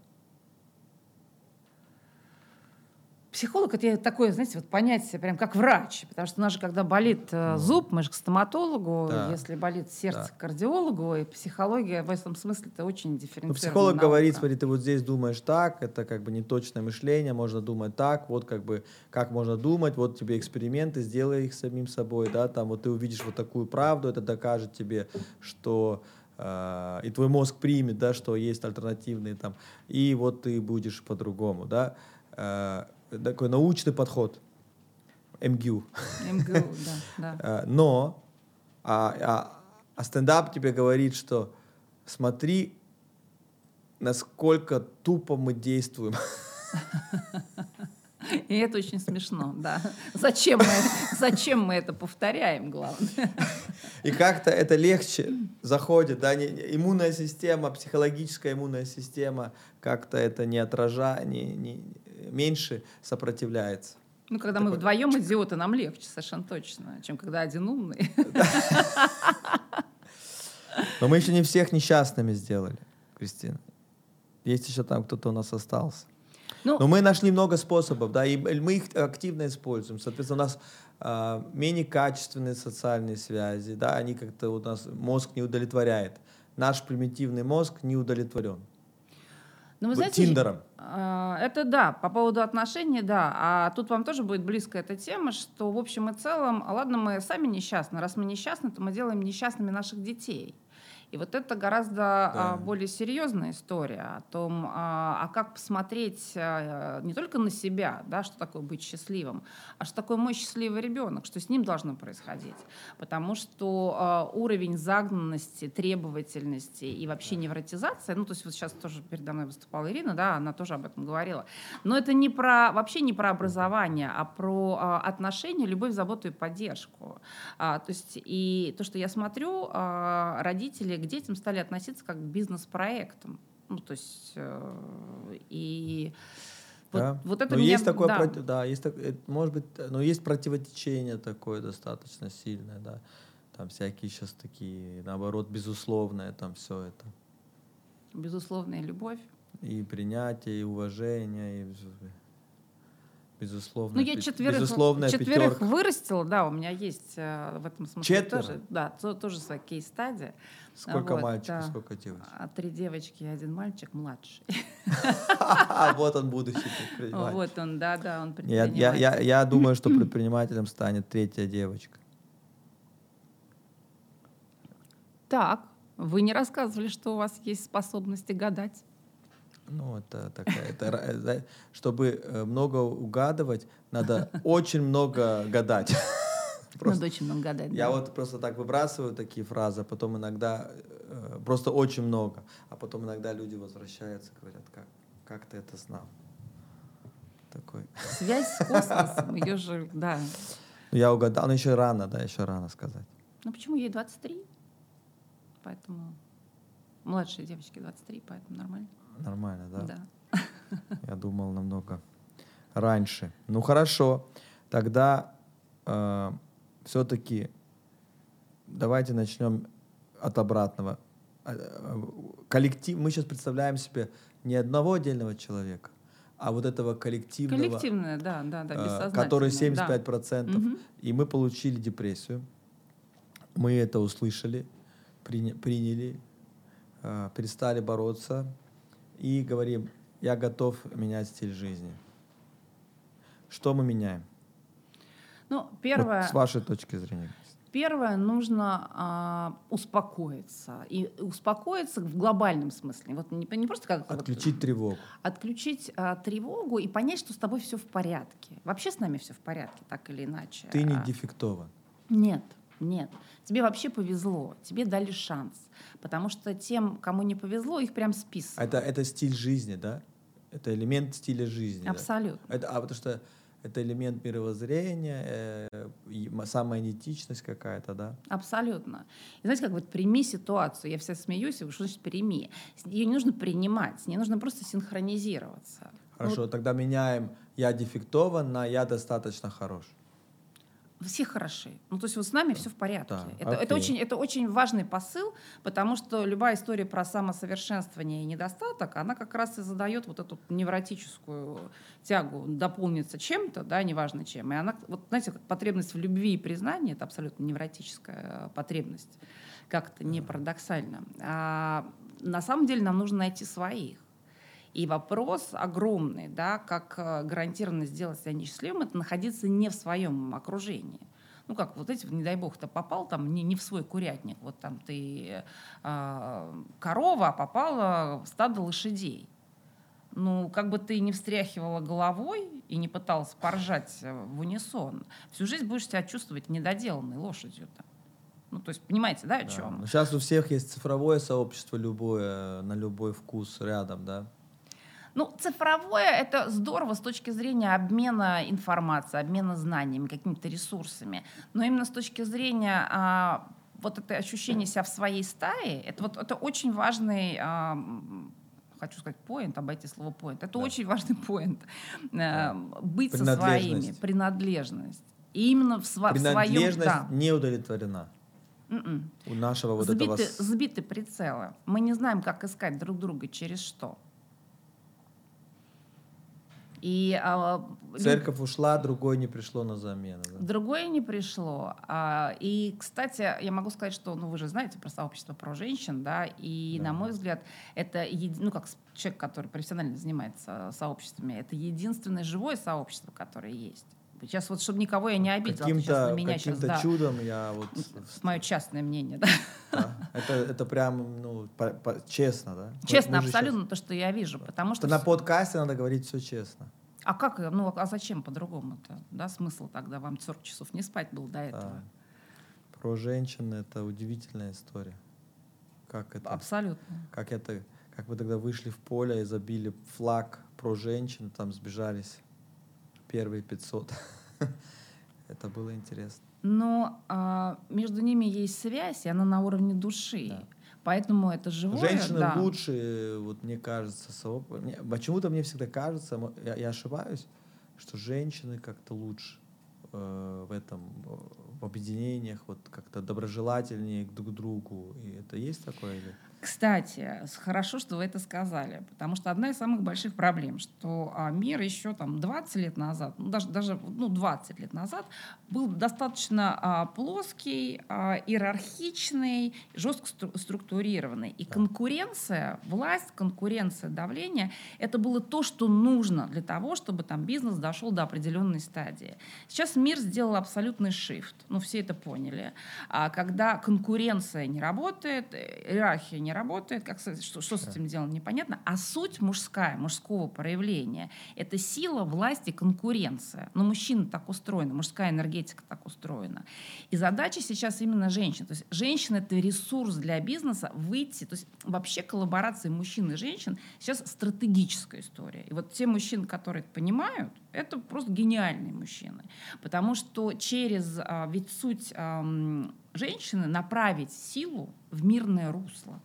Психолог — это такое, знаете, вот понятие, прям как врач. Потому что у нас же, когда болит э, зуб, мы же к стоматологу, да. если болит сердце, да. к кардиологу, и психология в этом смысле это очень дифференцированная. Ну, психолог наука. говорит, смотри, ты вот здесь думаешь так, это как бы неточное мышление, можно думать так, вот как бы, как можно думать, вот тебе эксперименты, сделай их самим собой, да, там вот ты увидишь вот такую правду, это докажет тебе, что... Uh, и твой мозг примет, да, что есть альтернативные там, и вот ты будешь по-другому, да. Uh, такой научный подход, эм гэ ю. эм гэ ю, да, да. Uh, но а, а, а стендап тебе говорит, что смотри, насколько тупо мы действуем. И это очень смешно, да. Зачем мы, зачем мы это повторяем, главное? И как-то это легче заходит, да, не, иммунная система, психологическая иммунная система, как-то это не отражает, не, не, меньше сопротивляется. Ну, когда Такой... мы вдвоем идиоты, нам легче, совершенно точно, чем когда один умный. Но мы еще не всех несчастными сделали, Кристина. Есть еще там кто-то у нас остался. Ну, Но мы нашли много способов, да, и мы их активно используем. Соответственно, у нас э, менее качественные социальные связи, да, они как-то у нас мозг не удовлетворяет. Наш примитивный мозг не удовлетворен. Ну, вы знаете, Тиндером. Это да, по поводу отношений, да. А тут вам тоже будет близкая эта тема, что в общем и целом, ладно, мы сами несчастны. Раз мы несчастны, то мы делаем несчастными наших детей. И вот это гораздо да. а, более серьезная история о том, а, а как посмотреть а, не только на себя, да, что такое быть счастливым, а что такое мой счастливый ребенок, что с ним должно происходить. Потому что а, уровень загнанности, требовательности и вообще невротизация, ну то есть вот сейчас тоже передо мной выступала Ирина, да, она тоже об этом говорила, но это не про, вообще не про образование, а про а, отношения, любовь, заботу и поддержку. А, то есть и то, что я смотрю, а, родители к детям стали относиться как к бизнес-проектам. Ну, то есть, э, и да. вот, вот это но меня... есть такое, да. Против, да, есть так, может быть, но есть противотечение такое достаточно сильное, да, там всякие сейчас такие, наоборот, безусловное, там все это. Безусловная любовь. И принятие, и уважение, и... Безусловно. Ну, я четверых, четверых вырастила, да, у меня есть э, в этом смысле Четверо? тоже, да, то, тоже своя кейс-стадия. Сколько вот, мальчиков, да. сколько девочек? Три девочки и один мальчик младший. Вот он, будущий предприниматель. Вот он, да, да, он предприниматель. Я думаю, что предпринимателем станет третья девочка. Так, вы не рассказывали, что у вас есть способности гадать? Ну, это такая, это, чтобы много угадывать, надо очень много гадать. Просто, надо очень много гадать. Я да. вот просто так выбрасываю такие фразы, а потом иногда, просто очень много, а потом иногда люди возвращаются и говорят, как, как ты это знал? Такой. Связь с космосом, ее же, да. Я угадал, но еще рано, да, еще рано сказать. Ну, почему? Ей двадцать три, поэтому младшей девочке двадцать три, поэтому нормально. Нормально, да? Да. Я думал намного раньше. Ну, хорошо. тогда э, все-таки давайте начнем от обратного. Коллектив, мы сейчас представляем себе не одного отдельного человека, а вот этого коллективного, Коллективное, да, да, да, бессознательное. который семьдесят пять процентов. Да. Угу. И мы получили депрессию. Мы это услышали, приня- приняли, э, перестали бороться и говорим, я готов менять стиль жизни. Что мы меняем? Ну, первое... Вот с вашей точки зрения. Первое, нужно а, успокоиться. И успокоиться в глобальном смысле. Вот не, не просто как... Отключить вот, тревогу. Отключить а, тревогу и понять, что с тобой все в порядке. Вообще с нами все в порядке, так или иначе. Ты не А, дефектован. Нет, нет. Тебе вообще повезло. Тебе дали шанс. Потому что тем, кому не повезло, их прям списывают. Это, это стиль жизни, да? Это элемент стиля жизни. Абсолютно. Да? Это, а потому что это элемент мировоззрения, э, самоидентичность какая-то, да? Абсолютно. И знаете, как вот прими ситуацию. Я вся смеюсь, что значит прими? Ее не нужно принимать, с ней нужно просто синхронизироваться. Хорошо, Вот. тогда меняем «я дефектован» на «я достаточно хорош». Все хороши. Ну, то есть вот с нами все в порядке. Да, это, это, очень, это очень важный посыл, потому что любая история про самосовершенствование и недостаток, она как раз и задает вот эту невротическую тягу дополниться чем-то, да, неважно чем. И она, вот знаете, как потребность в любви и признании, это абсолютно невротическая потребность, как-то не парадоксально. А на самом деле нам нужно найти своих. И вопрос огромный, да, как гарантированно сделать себя несчастливым, это находиться не в своем окружении. Ну как, вот эти, не дай бог, ты попал там не, не в свой курятник, вот там ты э, корова, а попала в стадо лошадей. Ну, как бы ты не встряхивала головой и не пыталась поржать в унисон, всю жизнь будешь себя чувствовать недоделанной лошадью-то. Ну, то есть, понимаете, да, о чем? Да. Сейчас у всех есть цифровое сообщество любое, на любой вкус рядом, да? Ну, цифровое — это здорово с точки зрения обмена информацией, обмена знаниями, какими-то ресурсами. Но именно с точки зрения а, вот это ощущение себя в своей стае, это, вот, это очень важный, а, хочу сказать point, обойти слово point, это да. очень важный point. Да. Быть со своими, принадлежность. И именно в, сво- в своем... Принадлежность да. не удовлетворена. Mm-mm. У нашего вот сбиты, этого... Сбиты прицелы. Мы не знаем, как искать друг друга, через что. И, а, Церковь ушла, другое не пришло на замену. Да? Другое не пришло. А, и, кстати, я могу сказать, что, ну, вы же знаете про сообщество про женщин, да, и, да. на мой взгляд, это, еди... ну, как человек, который профессионально занимается сообществами, это единственное живое сообщество, которое есть. Сейчас вот, чтобы никого я не обидела, каким-то, сейчас на меня каким-то сейчас, да, чудом я вот... мое частное мнение, да. да. Это, это прям, ну, по, по, честно, да? Честно, мы абсолютно сейчас... то, что я вижу, потому что... На подкасте надо говорить все честно. А как, ну, а зачем по-другому-то? Да, смысл тогда вам сорок часов не спать был до этого? Да. Про женщин это удивительная история. Как это? Абсолютно. Как это, как вы тогда вышли в поле и забили флаг про женщин, там сбежались первые пятьсот. Это было интересно. Но а, между ними есть связь, и она на уровне души. Да. Поэтому это живое. Женщины да. лучше, вот мне кажется, сооб... мне, почему-то мне всегда кажется, я, я ошибаюсь, что женщины как-то лучше э, в этом, в объединениях, вот как-то доброжелательнее друг к другу. И это есть такое или? Кстати, хорошо, что вы это сказали, потому что одна из самых больших проблем, что а, мир еще там двадцать лет назад, ну, даже, даже ну, двадцать лет назад был достаточно а, плоский, а, иерархичный, жестко стру- структурированный. И конкуренция, власть, конкуренция, давление — это было то, что нужно для того, чтобы там бизнес дошел до определенной стадии. Сейчас мир сделал абсолютный шифт, ну все это поняли. А когда конкуренция не работает, иерархия не работает, как, что, что с этим делом непонятно, а суть мужская, мужского проявления — это сила, власть и конкуренция. Но мужчина так устроен, мужская энергетика так устроена. И задача сейчас именно женщин. То есть женщина — это ресурс для бизнеса выйти, то есть вообще коллаборация мужчин и женщин сейчас стратегическая история. И вот те мужчины, которые это понимают, это просто гениальные мужчины. Потому что через, а, ведь суть а, женщины — направить силу в мирное русло.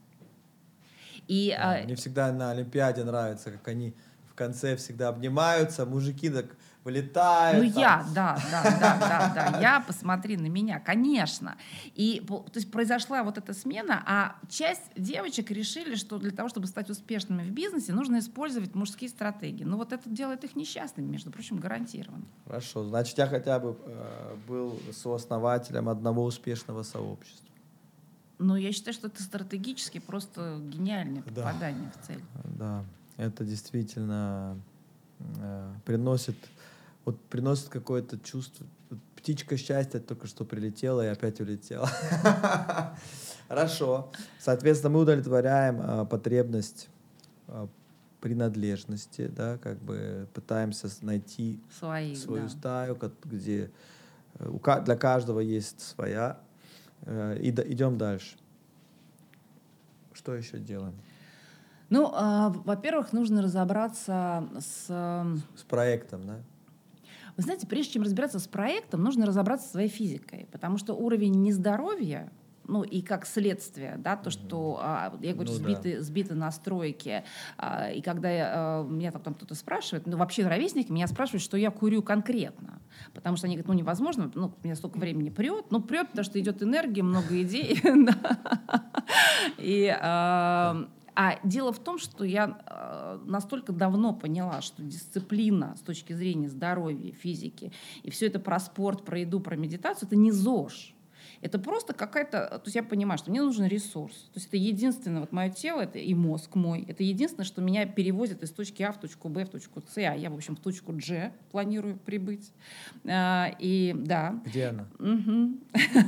И, да, а... Мне всегда на Олимпиаде нравится, как они в конце всегда обнимаются, мужики так вылетают. Ну, там. я, да, да, да, да, да, я, посмотри на меня, конечно. И, то есть, произошла вот эта смена, а часть девочек решили, что для того, чтобы стать успешными в бизнесе, нужно использовать мужские стратегии. Ну, вот это делает их несчастными, между прочим, гарантированно. Хорошо, значит, я хотя бы э, был сооснователем одного успешного сообщества. Но я считаю, что это стратегически просто гениальное Да. попадание в цель. Да, это действительно э, приносит, вот приносит какое-то чувство. Вот птичка счастья только что прилетела и опять улетела. Хорошо. Соответственно, мы удовлетворяем э, потребность э, принадлежности, да, как бы пытаемся найти Своих, свою да. стаю, ко- где э, у ка- для каждого есть своя. Э, и да- идем дальше. Что еще делаем? Ну, а, во-первых, нужно разобраться с... э, С проектом, да? Вы знаете, прежде чем разбираться с проектом, нужно разобраться со своей физикой, потому что уровень нездоровья, ну и как следствие, да, то, что, а, я говорю, Ну да. сбиты, сбиты настройки, а, и когда я, а, меня там кто-то спрашивает, ну вообще ровесники меня спрашивают, что я курю конкретно, потому что они говорят, ну невозможно, ну у меня столько времени прет, ну прет, потому что идет энергия, много идей, да. И а, А дело в том, что я э, настолько давно поняла, что дисциплина с точки зрения здоровья, физики, и все это про спорт, про еду, про медитацию, это не ЗОЖ. Это просто какая-то... То есть я понимаю, что мне нужен ресурс. То есть это единственное, вот мое тело это и мозг мой, это единственное, что меня перевозит из точки А в точку Б, в точку С, а я, в общем, в точку G планирую прибыть. А, и да. Где она? Мгм.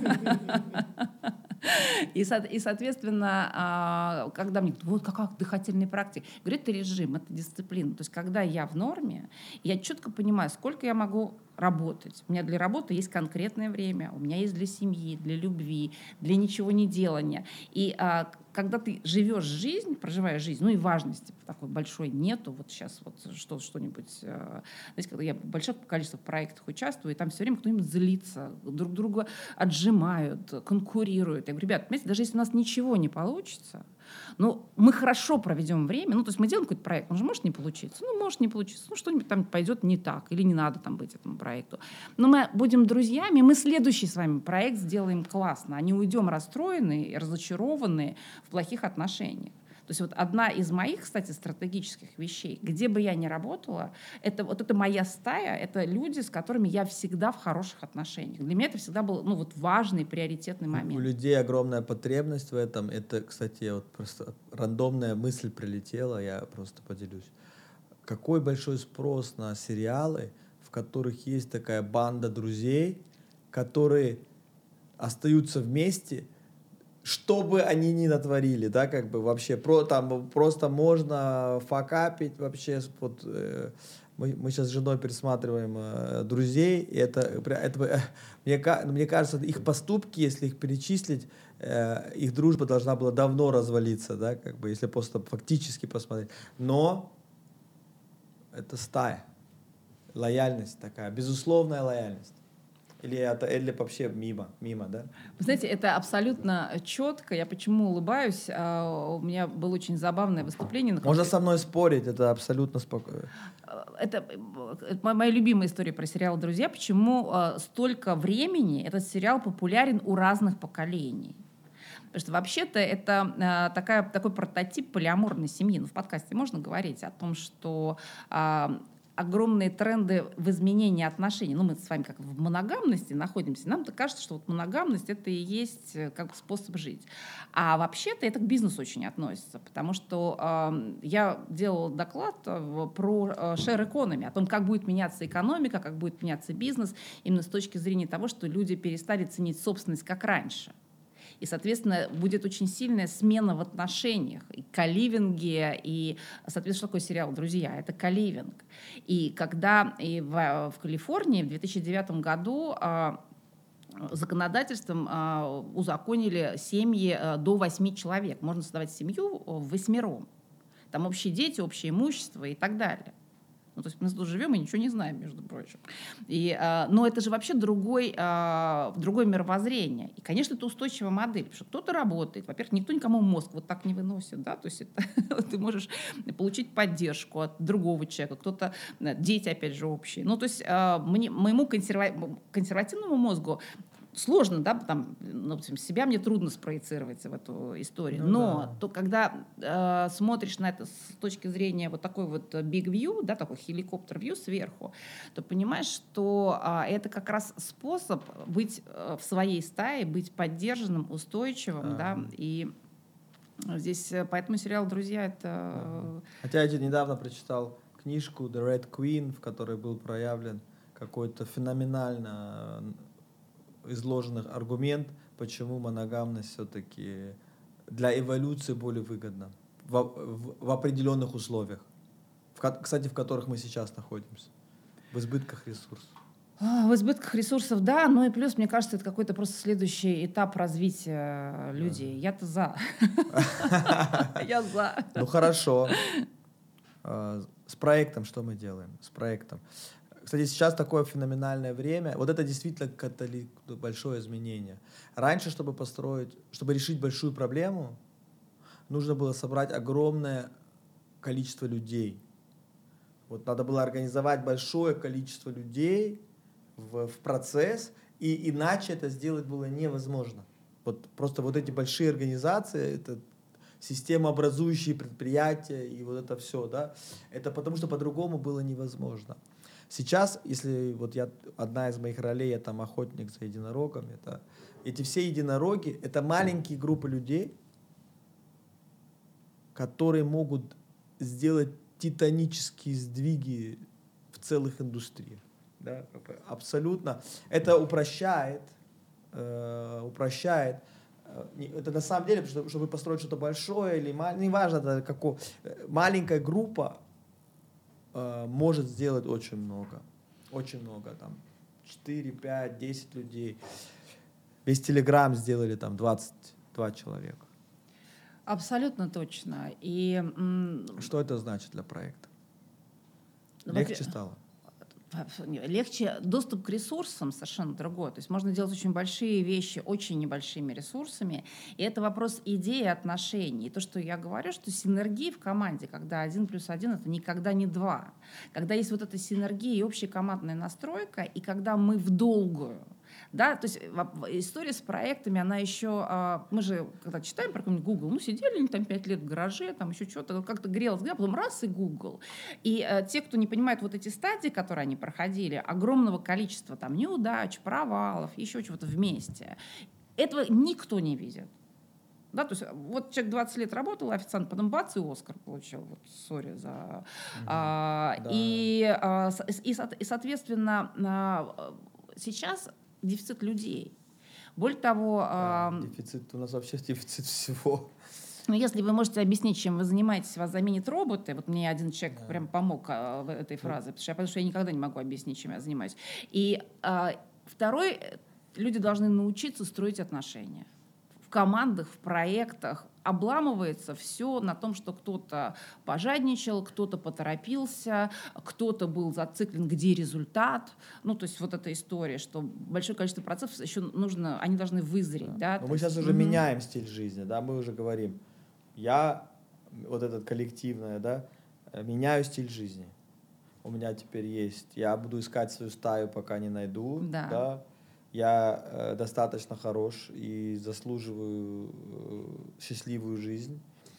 И, со- и, соответственно, а, когда мне говорят, вот какая дыхательная практика, я говорю, это режим, это дисциплина. То есть когда я в норме, я четко понимаю, сколько я могу работать. У меня для работы есть конкретное время, у меня есть для семьи, для любви, для ничего не делания. И а, когда ты живешь жизнь, проживаешь жизнь, ну и важности такой большой нету, вот сейчас вот что, что-нибудь, а, знаете, когда я в большом количестве проектов участвую, и там все время кто-нибудь злится, друг друга отжимают, конкурируют. Я говорю, ребят, понимаете, даже если у нас ничего не получится, но мы хорошо проведем время, ну, то есть мы делаем какой-то проект, он же может не получиться, ну, может не получиться, ну, что-нибудь там пойдет не так, или не надо там быть этому проекту. Но мы будем друзьями, мы следующий с вами проект сделаем классно, а не уйдем расстроенные, разочарованные в плохих отношениях. То есть вот одна из моих, кстати, стратегических вещей, где бы я ни работала, это вот это моя стая, это люди, с которыми я всегда в хороших отношениях. Для меня это всегда был, ну, вот важный, приоритетный момент. У людей огромная потребность в этом. Это, кстати, вот просто рандомная мысль прилетела, я просто поделюсь. Какой большой спрос на сериалы, в которых есть такая банда друзей, которые остаются вместе, что бы они ни натворили, да, как бы вообще про, там просто можно факапить вообще. Вот, э, мы, мы сейчас с женой пересматриваем э, «Друзей», и это, это э, мне, мне кажется, их поступки, если их перечислить, э, их дружба должна была давно развалиться, да, как бы, если просто фактически посмотреть. Но это стая, лояльность такая, безусловная лояльность. Или это или вообще мимо, мимо, да? Вы знаете, это абсолютно четко. Я почему улыбаюсь? А, у меня было очень забавное выступление. На Можно конфер- со мной спорить, это абсолютно спокойно. Это, это моя любимая история про сериал «Друзья». Почему а, столько времени этот сериал популярен у разных поколений? Потому что вообще-то это а, такая, такой прототип полиаморной семьи. Ну, в подкасте можно говорить о том, что а, огромные тренды в изменении отношений. Ну, мы с вами как в моногамности находимся. Нам-то кажется, что вот моногамность — это и есть как бы способ жить. А вообще-то это к бизнесу очень относится, потому что э, я делала доклад про э, share economy, о том, как будет меняться экономика, как будет меняться бизнес, именно с точки зрения того, что люди перестали ценить собственность как раньше. И, соответственно, будет очень сильная смена в отношениях. И коливинги, и, соответственно, что такое сериал «Друзья»? Это коливинг. И когда и в, в Калифорнии в две тысячи девятом году а, законодательством а, узаконили семьи а, до восьми человек. Можно создавать семью восьмером. Там общие дети, общее имущество и так далее. Ну, то есть мы тут живем и ничего не знаем, между прочим. И, а, но это же вообще другой, а, другое мировоззрение. И, конечно, это устойчивая модель, потому что кто-то работает. Во-первых, никто никому мозг вот так не выносит, да, то есть это, ты можешь получить поддержку от другого человека, кто-то, дети, опять же, общие. Ну, то есть а, мне, моему консерва... консервативному мозгу сложно, да, там, ну, себя мне трудно спроецировать в эту историю. Ну, но да. то, когда э, смотришь на это с точки зрения вот такой вот big view, да, такой helicopter view сверху, то понимаешь, что э, это как раз способ быть э, в своей стае, быть поддержанным, устойчивым, Ага. да, и здесь э, поэтому сериал «Друзья» — это... Ага. Хотя я недавно прочитал книжку The Red Queen, в которой был проявлен какой-то феноменально изложенный аргумент, почему моногамность все-таки для эволюции более выгодна в, в, в определенных условиях, в, кстати, в которых мы сейчас находимся, в избытках ресурсов. В избытках ресурсов, да, ну и плюс, мне кажется, это какой-то просто следующий этап развития людей. Я-то за. Я за. Ну хорошо. С проектом что мы делаем? С проектом. Кстати, сейчас такое феноменальное время. Вот это действительно катали... большое изменение. Раньше, чтобы построить, чтобы решить большую проблему, нужно было собрать огромное количество людей. Вот надо было организовать большое количество людей в, в процесс, и иначе это сделать было невозможно. Вот просто вот эти большие организации, это системообразующие предприятия и вот это все, да, это потому что по-другому было невозможно. Сейчас, если вот я, одна из моих ролей, я там охотник за единорогами, это, эти все единороги, это маленькие группы людей, которые могут сделать титанические сдвиги в целых индустриях. Да? Абсолютно. Это упрощает, э, упрощает. Это на самом деле, чтобы построить что-то большое или маленькое, неважно, это какое, маленькая группа может сделать очень много. Очень много. Там четыре, пять, десять людей. Весь Телеграм сделали там двадцать два человека. Абсолютно точно. И, м- Что это значит для проекта? Легче стало? Легче. Доступ к ресурсам совершенно другой. То есть можно делать очень большие вещи очень небольшими ресурсами. И это вопрос идеи, отношений. И то, что я говорю, что синергии в команде, когда один плюс один — это никогда не два. Когда есть вот эта синергия и общая командная настройка, и когда мы в долгую. Да, то есть история с проектами, она еще... Мы же, когда читаем про какой-нибудь Google, ну, сидели они там пять лет в гараже, там еще что-то, как-то грелось, да, потом раз и Google. И э, те, кто не понимает вот эти стадии, которые они проходили, огромного количества там неудач, провалов, еще чего-то вместе, этого никто не видит. Да, то есть вот человек двадцать лет работал, официант, потом бац, и Оскар получил. Вот, сори за... Mm-hmm. А, да. и, а, и, и, соответственно, а, сейчас дефицит людей. Более того... Да, э, дефицит, у нас вообще дефицит всего. Ну, если вы можете объяснить, чем вы занимаетесь, вас заменят роботы. Вот мне один человек да. прям помог а, в этой фразе, потому что, я, потому что я никогда не могу объяснить, чем я занимаюсь. И а, второй, люди должны научиться строить отношения. В командах, в проектах. Обламывается все на том, что кто-то пожадничал, кто-то поторопился, кто-то был зациклен, где результат. Ну, то есть вот эта история, что большое количество процессов еще нужно, они должны вызреть. Да. Да? Но мы сейчас есть, уже угу. меняем стиль жизни, да, мы уже говорим, я, вот этот коллективное, да, меняю стиль жизни. У меня теперь есть, я буду искать свою стаю, пока не найду, да. да. Я э, достаточно хорош и заслуживаю э, счастливую жизнь.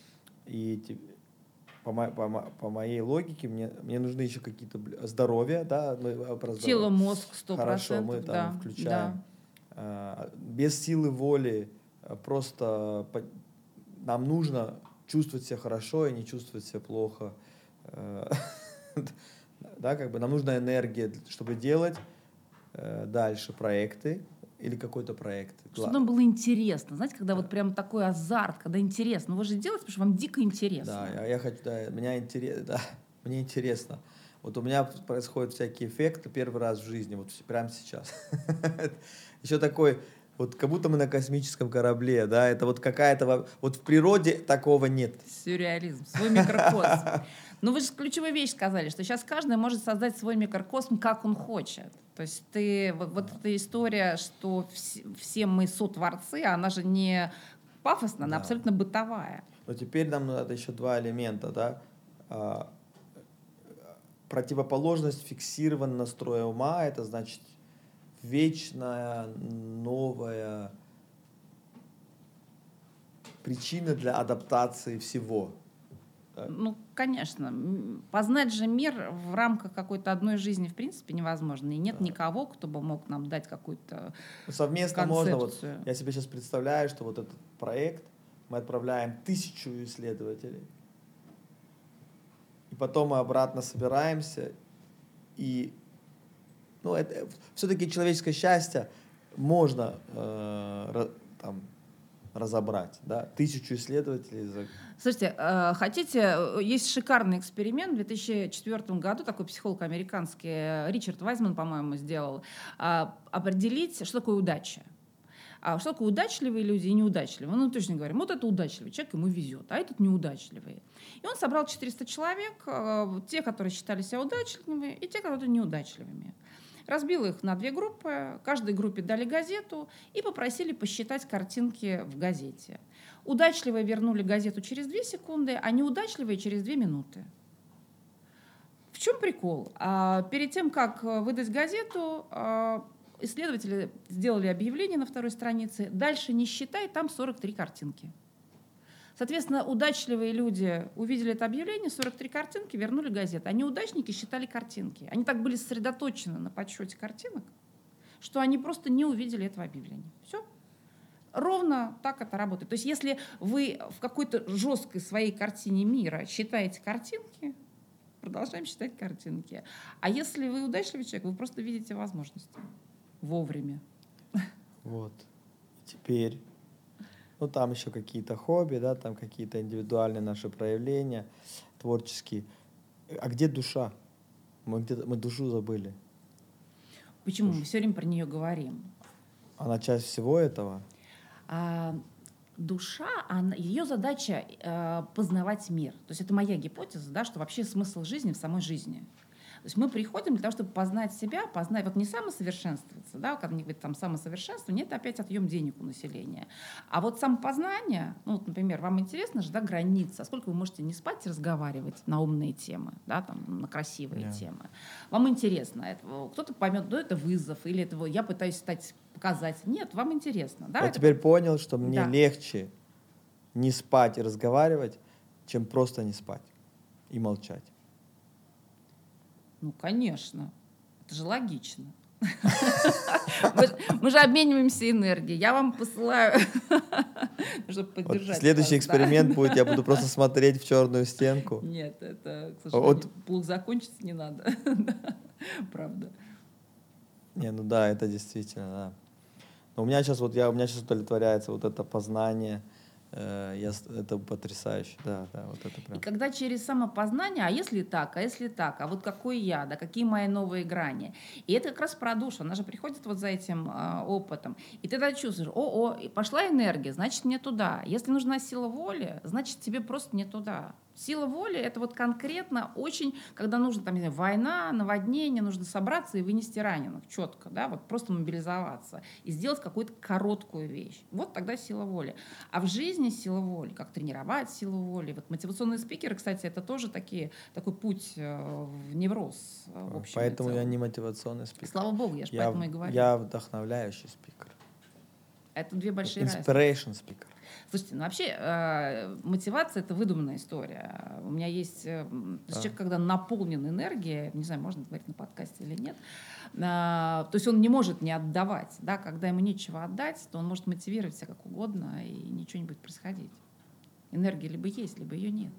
И по, мо- по, мо- по моей логике мне, мне нужны еще какие-то здоровья, да, мы про тело, мозг, сто процентов. Хорошо, мы там да, включаем. Да. Э, без силы воли просто по, нам нужно чувствовать себя хорошо и не чувствовать себя плохо. Э, да, как бы нам нужна энергия, чтобы делать дальше проекты или какой-то проект. Чтобы нам было интересно. Знаете, когда да. вот прям такой азарт, когда интересно. Ну, вы же делаете, потому что вам дико интересно. Да, я, я хочу, да, меня интерес, да, мне интересно. Вот у меня происходят всякие эффекты первый раз в жизни, вот прямо сейчас. Еще такой Вот как будто мы на космическом корабле, да, это вот какая-то... Вот в природе такого нет. Сюрреализм, свой микрокосм. Ну, вы же ключевую вещь сказали, что сейчас каждый может создать свой микрокосм, как он хочет. То есть ты, вот, вот эта история, что все, все мы сотворцы, она же не пафосная, она Да. абсолютно бытовая. Но теперь нам надо еще два элемента, да. А, противоположность фиксированного настроя ума, это значит вечная, новая причина для адаптации всего. Так? Ну, конечно. М, Познать же мир в рамках какой-то одной жизни в принципе невозможно. И нет Да. никого, кто бы мог нам дать какую-то Ну, совместно можно, вот, концепцию. я себе сейчас представляю, что вот этот проект мы отправляем тысячу исследователей, и потом мы обратно собираемся, и ну, это все-таки человеческое счастье можно э, ра- там, разобрать, да, тысячу исследователей за... Слушайте, э, хотите, э, есть шикарный эксперимент в две тысячи четвёртом году, такой психолог американский, э, Ричард Вайзман, по-моему, сделал, э, определить, что такое удача. А что такое удачливые люди и неудачливые? Ну, точно говорим, вот это удачливый человек, ему везет, а этот неудачливый. И он собрал четыреста человек, э, те, которые считали себя удачливыми, и те, которые неудачливыми. Разбил их на две группы, каждой группе дали газету и попросили посчитать картинки в газете. Удачливые вернули газету через две секунды, а неудачливые через две минуты. В чем прикол? А, перед тем, как выдать газету, а, исследователи сделали объявление на второй странице «Дальше не считай, там сорок три картинки». Соответственно, удачливые люди увидели это объявление, сорок три картинки, вернули газету. А неудачники считали картинки. Они так были сосредоточены на подсчете картинок, что они просто не увидели этого объявления. Все. Ровно так это работает. То есть если вы в какой-то жесткой своей картине мира считаете картинки, продолжаем считать картинки. А если вы удачливый человек, вы просто видите возможности вовремя. Вот. Теперь, ну там еще какие-то хобби, да, там какие-то индивидуальные наши проявления, творческие. А где душа? Мы, где-то, мы душу забыли. Почему? Мы все время про нее говорим. Она часть всего этого? А, душа, она, ее задача э, познавать мир. То есть это моя гипотеза, да, что вообще смысл жизни в самой жизни. То есть мы приходим для того, чтобы познать себя, познать, вот не самосовершенствоваться, да, когда они говорят там самосовершенствование, это опять отъем денег у населения. А вот самопознание, ну, вот, например, вам интересно же, да, граница, сколько вы можете не спать и разговаривать на умные темы, да, там, на красивые Yeah. темы. Вам интересно, это, кто-то поймет, да, это вызов, или это я пытаюсь стать, показать. Нет, вам интересно. Да, Я это... теперь понял, что мне Да. легче не спать и разговаривать, чем просто не спать и молчать. Ну, конечно. Это же логично. Мы же- Мы же обмениваемся энергией. Я вам посылаю, чтобы Вот поддержать. следующий вас, да. эксперимент будет, я буду просто смотреть в черную стенку. Нет, это, к сожалению, Вот. плуг закончится, не надо. Да, правда. Не, ну да, это действительно, да. Но у меня сейчас вот я, у меня сейчас удовлетворяется вот это познание. э, я, с- это потрясающе, да, да, вот это И прям. когда через самопознание, а если так, а если так, а вот какой я, да, какие мои новые грани. И это как раз про душу, она же приходит вот за этим а, опытом. И ты тогда чувствуешь, о-о, и пошла энергия, значит, не туда. Если нужна сила воли, значит, тебе просто не туда. Сила воли — это вот конкретно очень, когда нужно, там, не знаю, война, наводнение, нужно собраться и вынести раненых четко, да, вот просто мобилизоваться и сделать какую-то короткую вещь. Вот тогда сила воли. А в жизни сила воли, как тренировать силу воли. Вот мотивационные спикеры, кстати, это тоже такие, такой путь э, в невроз. э, в общем и Поэтому я целом. не мотивационный спикер. Слава богу, я же Я, поэтому и говорю. я вдохновляющий спикер. Это две большие разницы. Inspiration спикер. Слушайте, ну вообще э, мотивация — это выдуманная история. У меня есть э, м, то есть Да. человек, когда наполнен энергией, не знаю, можно говорить на подкасте или нет, э, то есть он не может не отдавать. Да? Когда ему нечего отдать, то он может мотивировать себя как угодно, и ничего не будет происходить. Энергия либо есть, либо ее нет.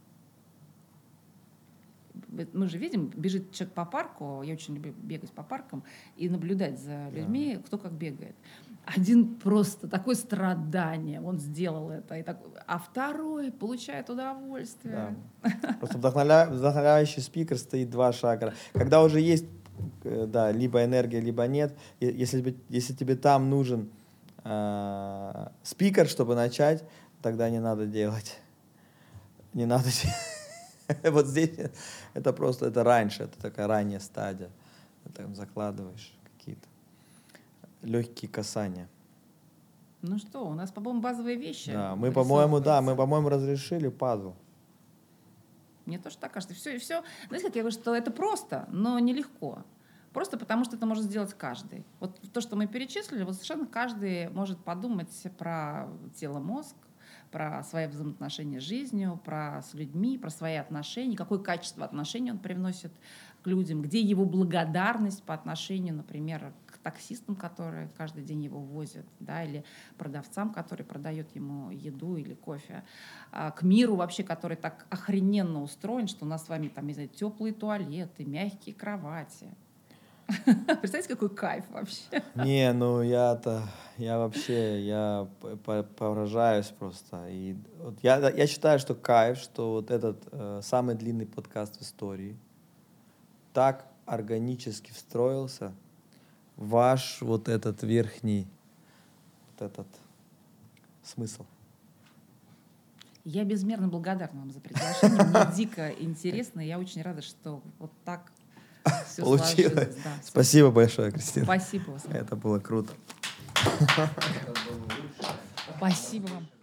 Мы же видим, бежит человек по парку, я очень люблю бегать по паркам и наблюдать за людьми, кто как бегает. Один просто такое страдание, он сделал это, и так, а второй получает удовольствие. Да. Просто вдохновля- вдохновляющий спикер стоит два шага. Когда уже есть э, да, либо энергия, либо нет, и- если, тебе- если тебе там нужен э, спикер, чтобы начать, тогда не надо делать. Не надо делать. Вот здесь это просто, это раньше, это такая ранняя стадия. Ты там закладываешь какие-то легкие касания. Ну что, у нас, по-моему, базовые вещи. Да, мы, по-моему, да, мы, вырисовываются. по-моему, разрешили пазл. Мне тоже так кажется. Все, и все. Знаете, как я говорю, что это просто, но нелегко. Просто потому, что это может сделать каждый. Вот то, что мы перечислили, вот совершенно каждый может подумать про тело-мозг, про свои взаимоотношения с жизнью, про с людьми, про свои отношения, какое качество отношений он привносит к людям, где его благодарность по отношению, например, к таксистам, которые каждый день его возят, да, или продавцам, которые продают ему еду или кофе, а, к миру вообще, который так охрененно устроен, что у нас с вами там, не знаю, теплые туалеты, мягкие кровати. Представляете, какой кайф вообще? Не, ну я-то, я вообще, я п- п- поражаюсь просто. И вот я, я считаю, что кайф, что вот этот э, самый длинный подкаст в истории так органически встроился в ваш вот этот верхний, вот этот смысл. Я безмерно благодарна вам за приглашение. Мне дико интересно. и Я очень рада, что вот так все Получилось. сложилось. Да. Спасибо большое, Кристина. Спасибо вам. Это было круто. Спасибо вам.